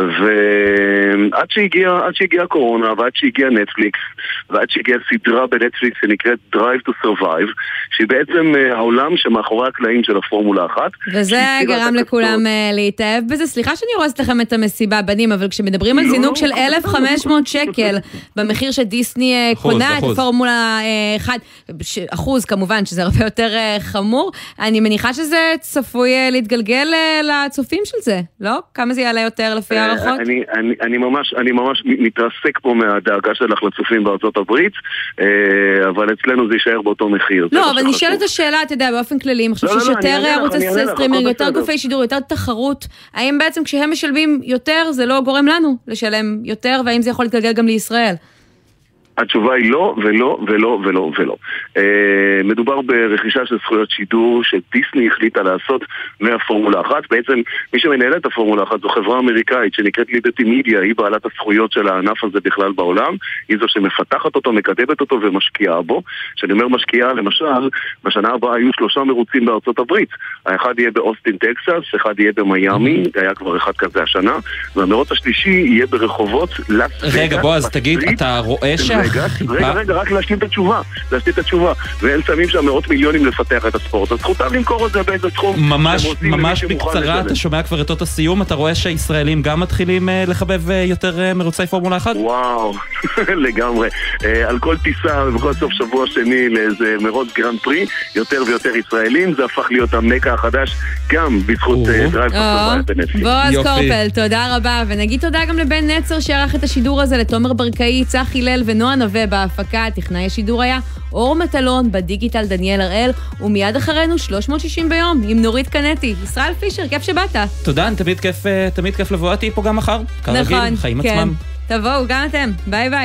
ועד שהגיע, עד שהגיע הקורונה, ועד שהגיע נטפליקס, ועד שהגיע סדרה בנטפליקס שנקראת Drive to Survive, שהיא בעצם העולם שמאחורי הקלעים של הפורמולה אחת. וזה גרם לכולם להתאהב בזה. סליחה שאני הורסת לכם את המסיבה, בנים, אבל כשמדברים על זינוק של אלף וחמש מאות שקל, במחיר שדיסני קונה את הפורמולה אחת, אחוז כמובן, שזה הרבה יותר חמור, אני מניחה שזה צפוי להתגלגל לצופים של זה, לא? כמה זה יעלה יותר לפי הערכות? אני, אני, אני ממש, אני ממש מתרסק פה מהדאגה שלך לצופים בארצות הברית, אבל אצלנו זה יישאר באותו מחיר. לא, אבל נשאלת השאלה, אתה יודע, באופן כללי, אני חושב שיש יותר ערוץ סטרימינג, יותר גופי שידור, יותר תחרות, האם בעצם כשהם משלבים יותר, זה לא גורם לנו לשלם יותר, והאם זה יכול להתגלגל גם לישראל? התשובה היא לא, ולא, ולא, ולא, ולא. מדובר ברכישה של זכויות שידור שדיסני החליטה לעשות מהפורמולה אחת. בעצם מי שמנהל את הפורמולה אחת זו חברה אמריקאית שנקראת ליברטי מידיה, היא בעלת הזכויות של הענף הזה בכלל בעולם, היא זו שמפתחת אותו, מקדמת אותו ומשקיעה בו. שאני אומר משקיעה, למשל, בשנה הבאה היו שלושה מרוצים בארצות הברית. האחד יהיה באוסטין, טקסס, אחד יהיה במיימי, היה כבר אחד כזה השנה, והמרוץ השלישי יהיה ברחובות לס וגאס. רגע, בוא, אז תגיד, אתה רואה ש... רגע, רגע, רגע, רק להשלים את התשובה, להשלים את התשובה, והם שמים שם מאות מיליונים לפתח את הספורט, אז זכותם למכור את זה באיזה תחום. ממש, ממש בקצרה, אתה שומע כבר את אותו הסיום, אתה רואה שהישראלים גם מתחילים לחבב יותר מרוצי פורמולה אחת? וואו, לגמרי. על כל טיסה ובכל סוף שבוע שני לאיזה מרוץ גרנד פרי, יותר ויותר ישראלים, זה הפך להיות המקה החדש, גם בזכות דרייב פורמולה בנטפליקס. בועז קורפל, תודה רבה, ונגיד תודה גם לבן נצר שערך את השידור הזה, לתומר ברקאי, צח הלל ונועה נווה בהפקה. טכנאי השידור היה אור מטלון, בדיגיטל דניאל הראל, ומיד אחרינו שלוש מאות שישים ביום עם נורית קנטי. ישראל פישר, כיף שבאת. תודה, תמיד כיף, תמיד כיף לבוא, אותי פה גם מחר. כרגיל, נכון, חיים כן. עצמם. תבואו, גם אתם. ביי ביי.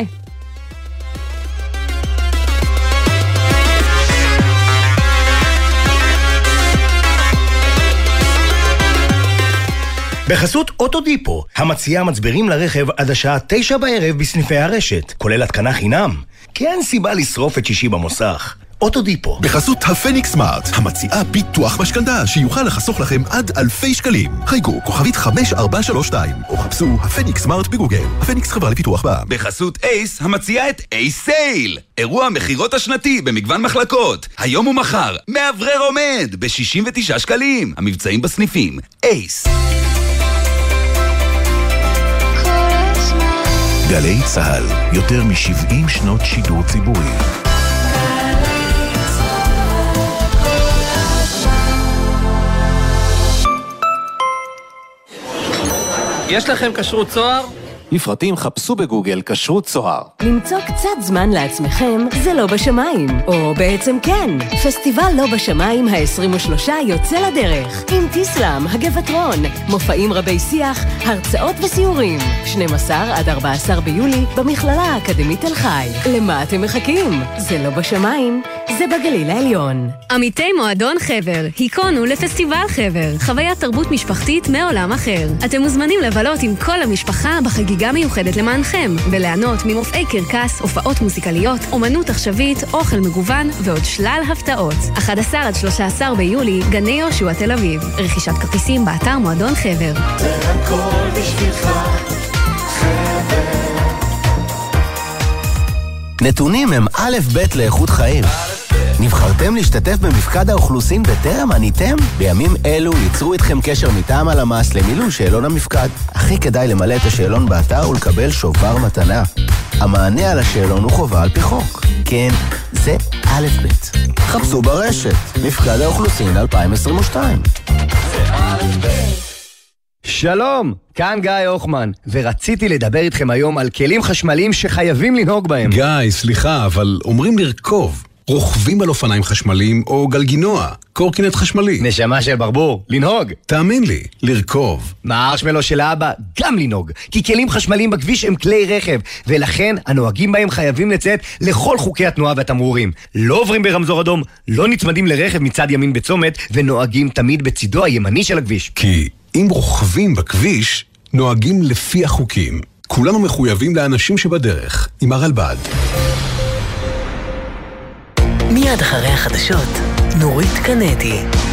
בחסות אוטודיפו, המציעה מצברים לרכב עד השעה תשע בערב בסניפי הרשת, כולל התקנה חינם. כי אין סיבה לשרוף את שישי במוסך. אוטודיפו. בחסות הפניקס סמארט, המציעה ביטוח משכנתה שיוכל לחסוך לכם עד אלפי שקלים. חייגו כוכבית חמש ארבע שלוש שתיים, או חפשו הפניקס סמארט בגוגל. הפניקס חברה לפיתוח בע"מ. בחסות אייס, המציעה את אייס סייל. אירוע מחירות השנתי במגוון מחלקות. היום ומחר, מאוורר עומד ב-שישים ותשעה שקלים. המבצעים בסניפים. אייס. גלי צהל, יותר מ-שבעים שנות שידור ציבורי. יש לכם כשרות צוהר? לפרטים חפשו בגוגל כשרות צוהר. למצוא קצת זמן לעצמכם זה לא בשמיים, או בעצם כן. פסטיבל לא בשמיים ה-עשרים ושלוש יוצא לדרך, עם טיסלאם, הגבעתרון, מופעים רבי שיח, הרצאות וסיורים. שנים עשר עד ארבעה עשר ביולי במכללה האקדמית תל חי. למה אתם מחכים? זה לא בשמיים, זה בגליל העליון. עמיתי מועדון חבר, היכונו לפסטיבל חבר, חוויית תרבות משפחתית מעולם אחר. אתם מוזמנים לבלות עם כל המשפחה בחגיגה מיוחדת למענכם, וליהנות ממופעי קרקס, הופעות מוזיקליות, אומנות עכשווית, אוכל מגוון ועוד שלל הפתעות. אחד עשר עד שלושה עשר ביולי, גני יהושע תל אביב. רכישת כרטיסים באתר מועדון חבר. זה הכל בשבילך, חבר. נתונים הם א' ב' לאיכות חיים. נבחרתם להשתתף במפקד האוכלוסין בטרם עניתם? בימים אלו ייצרו איתכם קשר מטעם הלמ"ס למילוי שאלון המפקד. הכי כדאי למלא את השאלון באתר ולקבל שובר מתנה. המענה על השאלון הוא חובה על פי חוק. כן, זה א' ב'. חפשו ברשת, מפקד האוכלוסין אלפיים עשרים ושתיים. שלום, כאן גיא אוחמן, ורציתי לדבר איתכם היום על כלים חשמליים שחייבים לנהוג בהם. גיא, סליחה, אבל אומרים לרכוב. רוכבים על אופניים חשמליים או גלגינוע, קורקינט חשמלי. נשמה של ברבור, לנהוג. תאמין לי, לרכוב. מהארשמלו של האבא, גם לנהוג. כי כלים חשמליים בכביש הם כלי רכב, ולכן הנוהגים בהם חייבים לציית לכל חוקי התנועה והתמרורים. לא עוברים ברמזור אדום, לא נצמדים לרכב מצד ימין בצומת, ונוהגים תמיד בצידו הימני של הכביש. כי אם רוכבים בכביש, נוהגים לפי החוקים. כולנו מחויבים לאנשים שבדרך, עם הרלב"ד. מיד אחרי החדשות, נורית קנדי.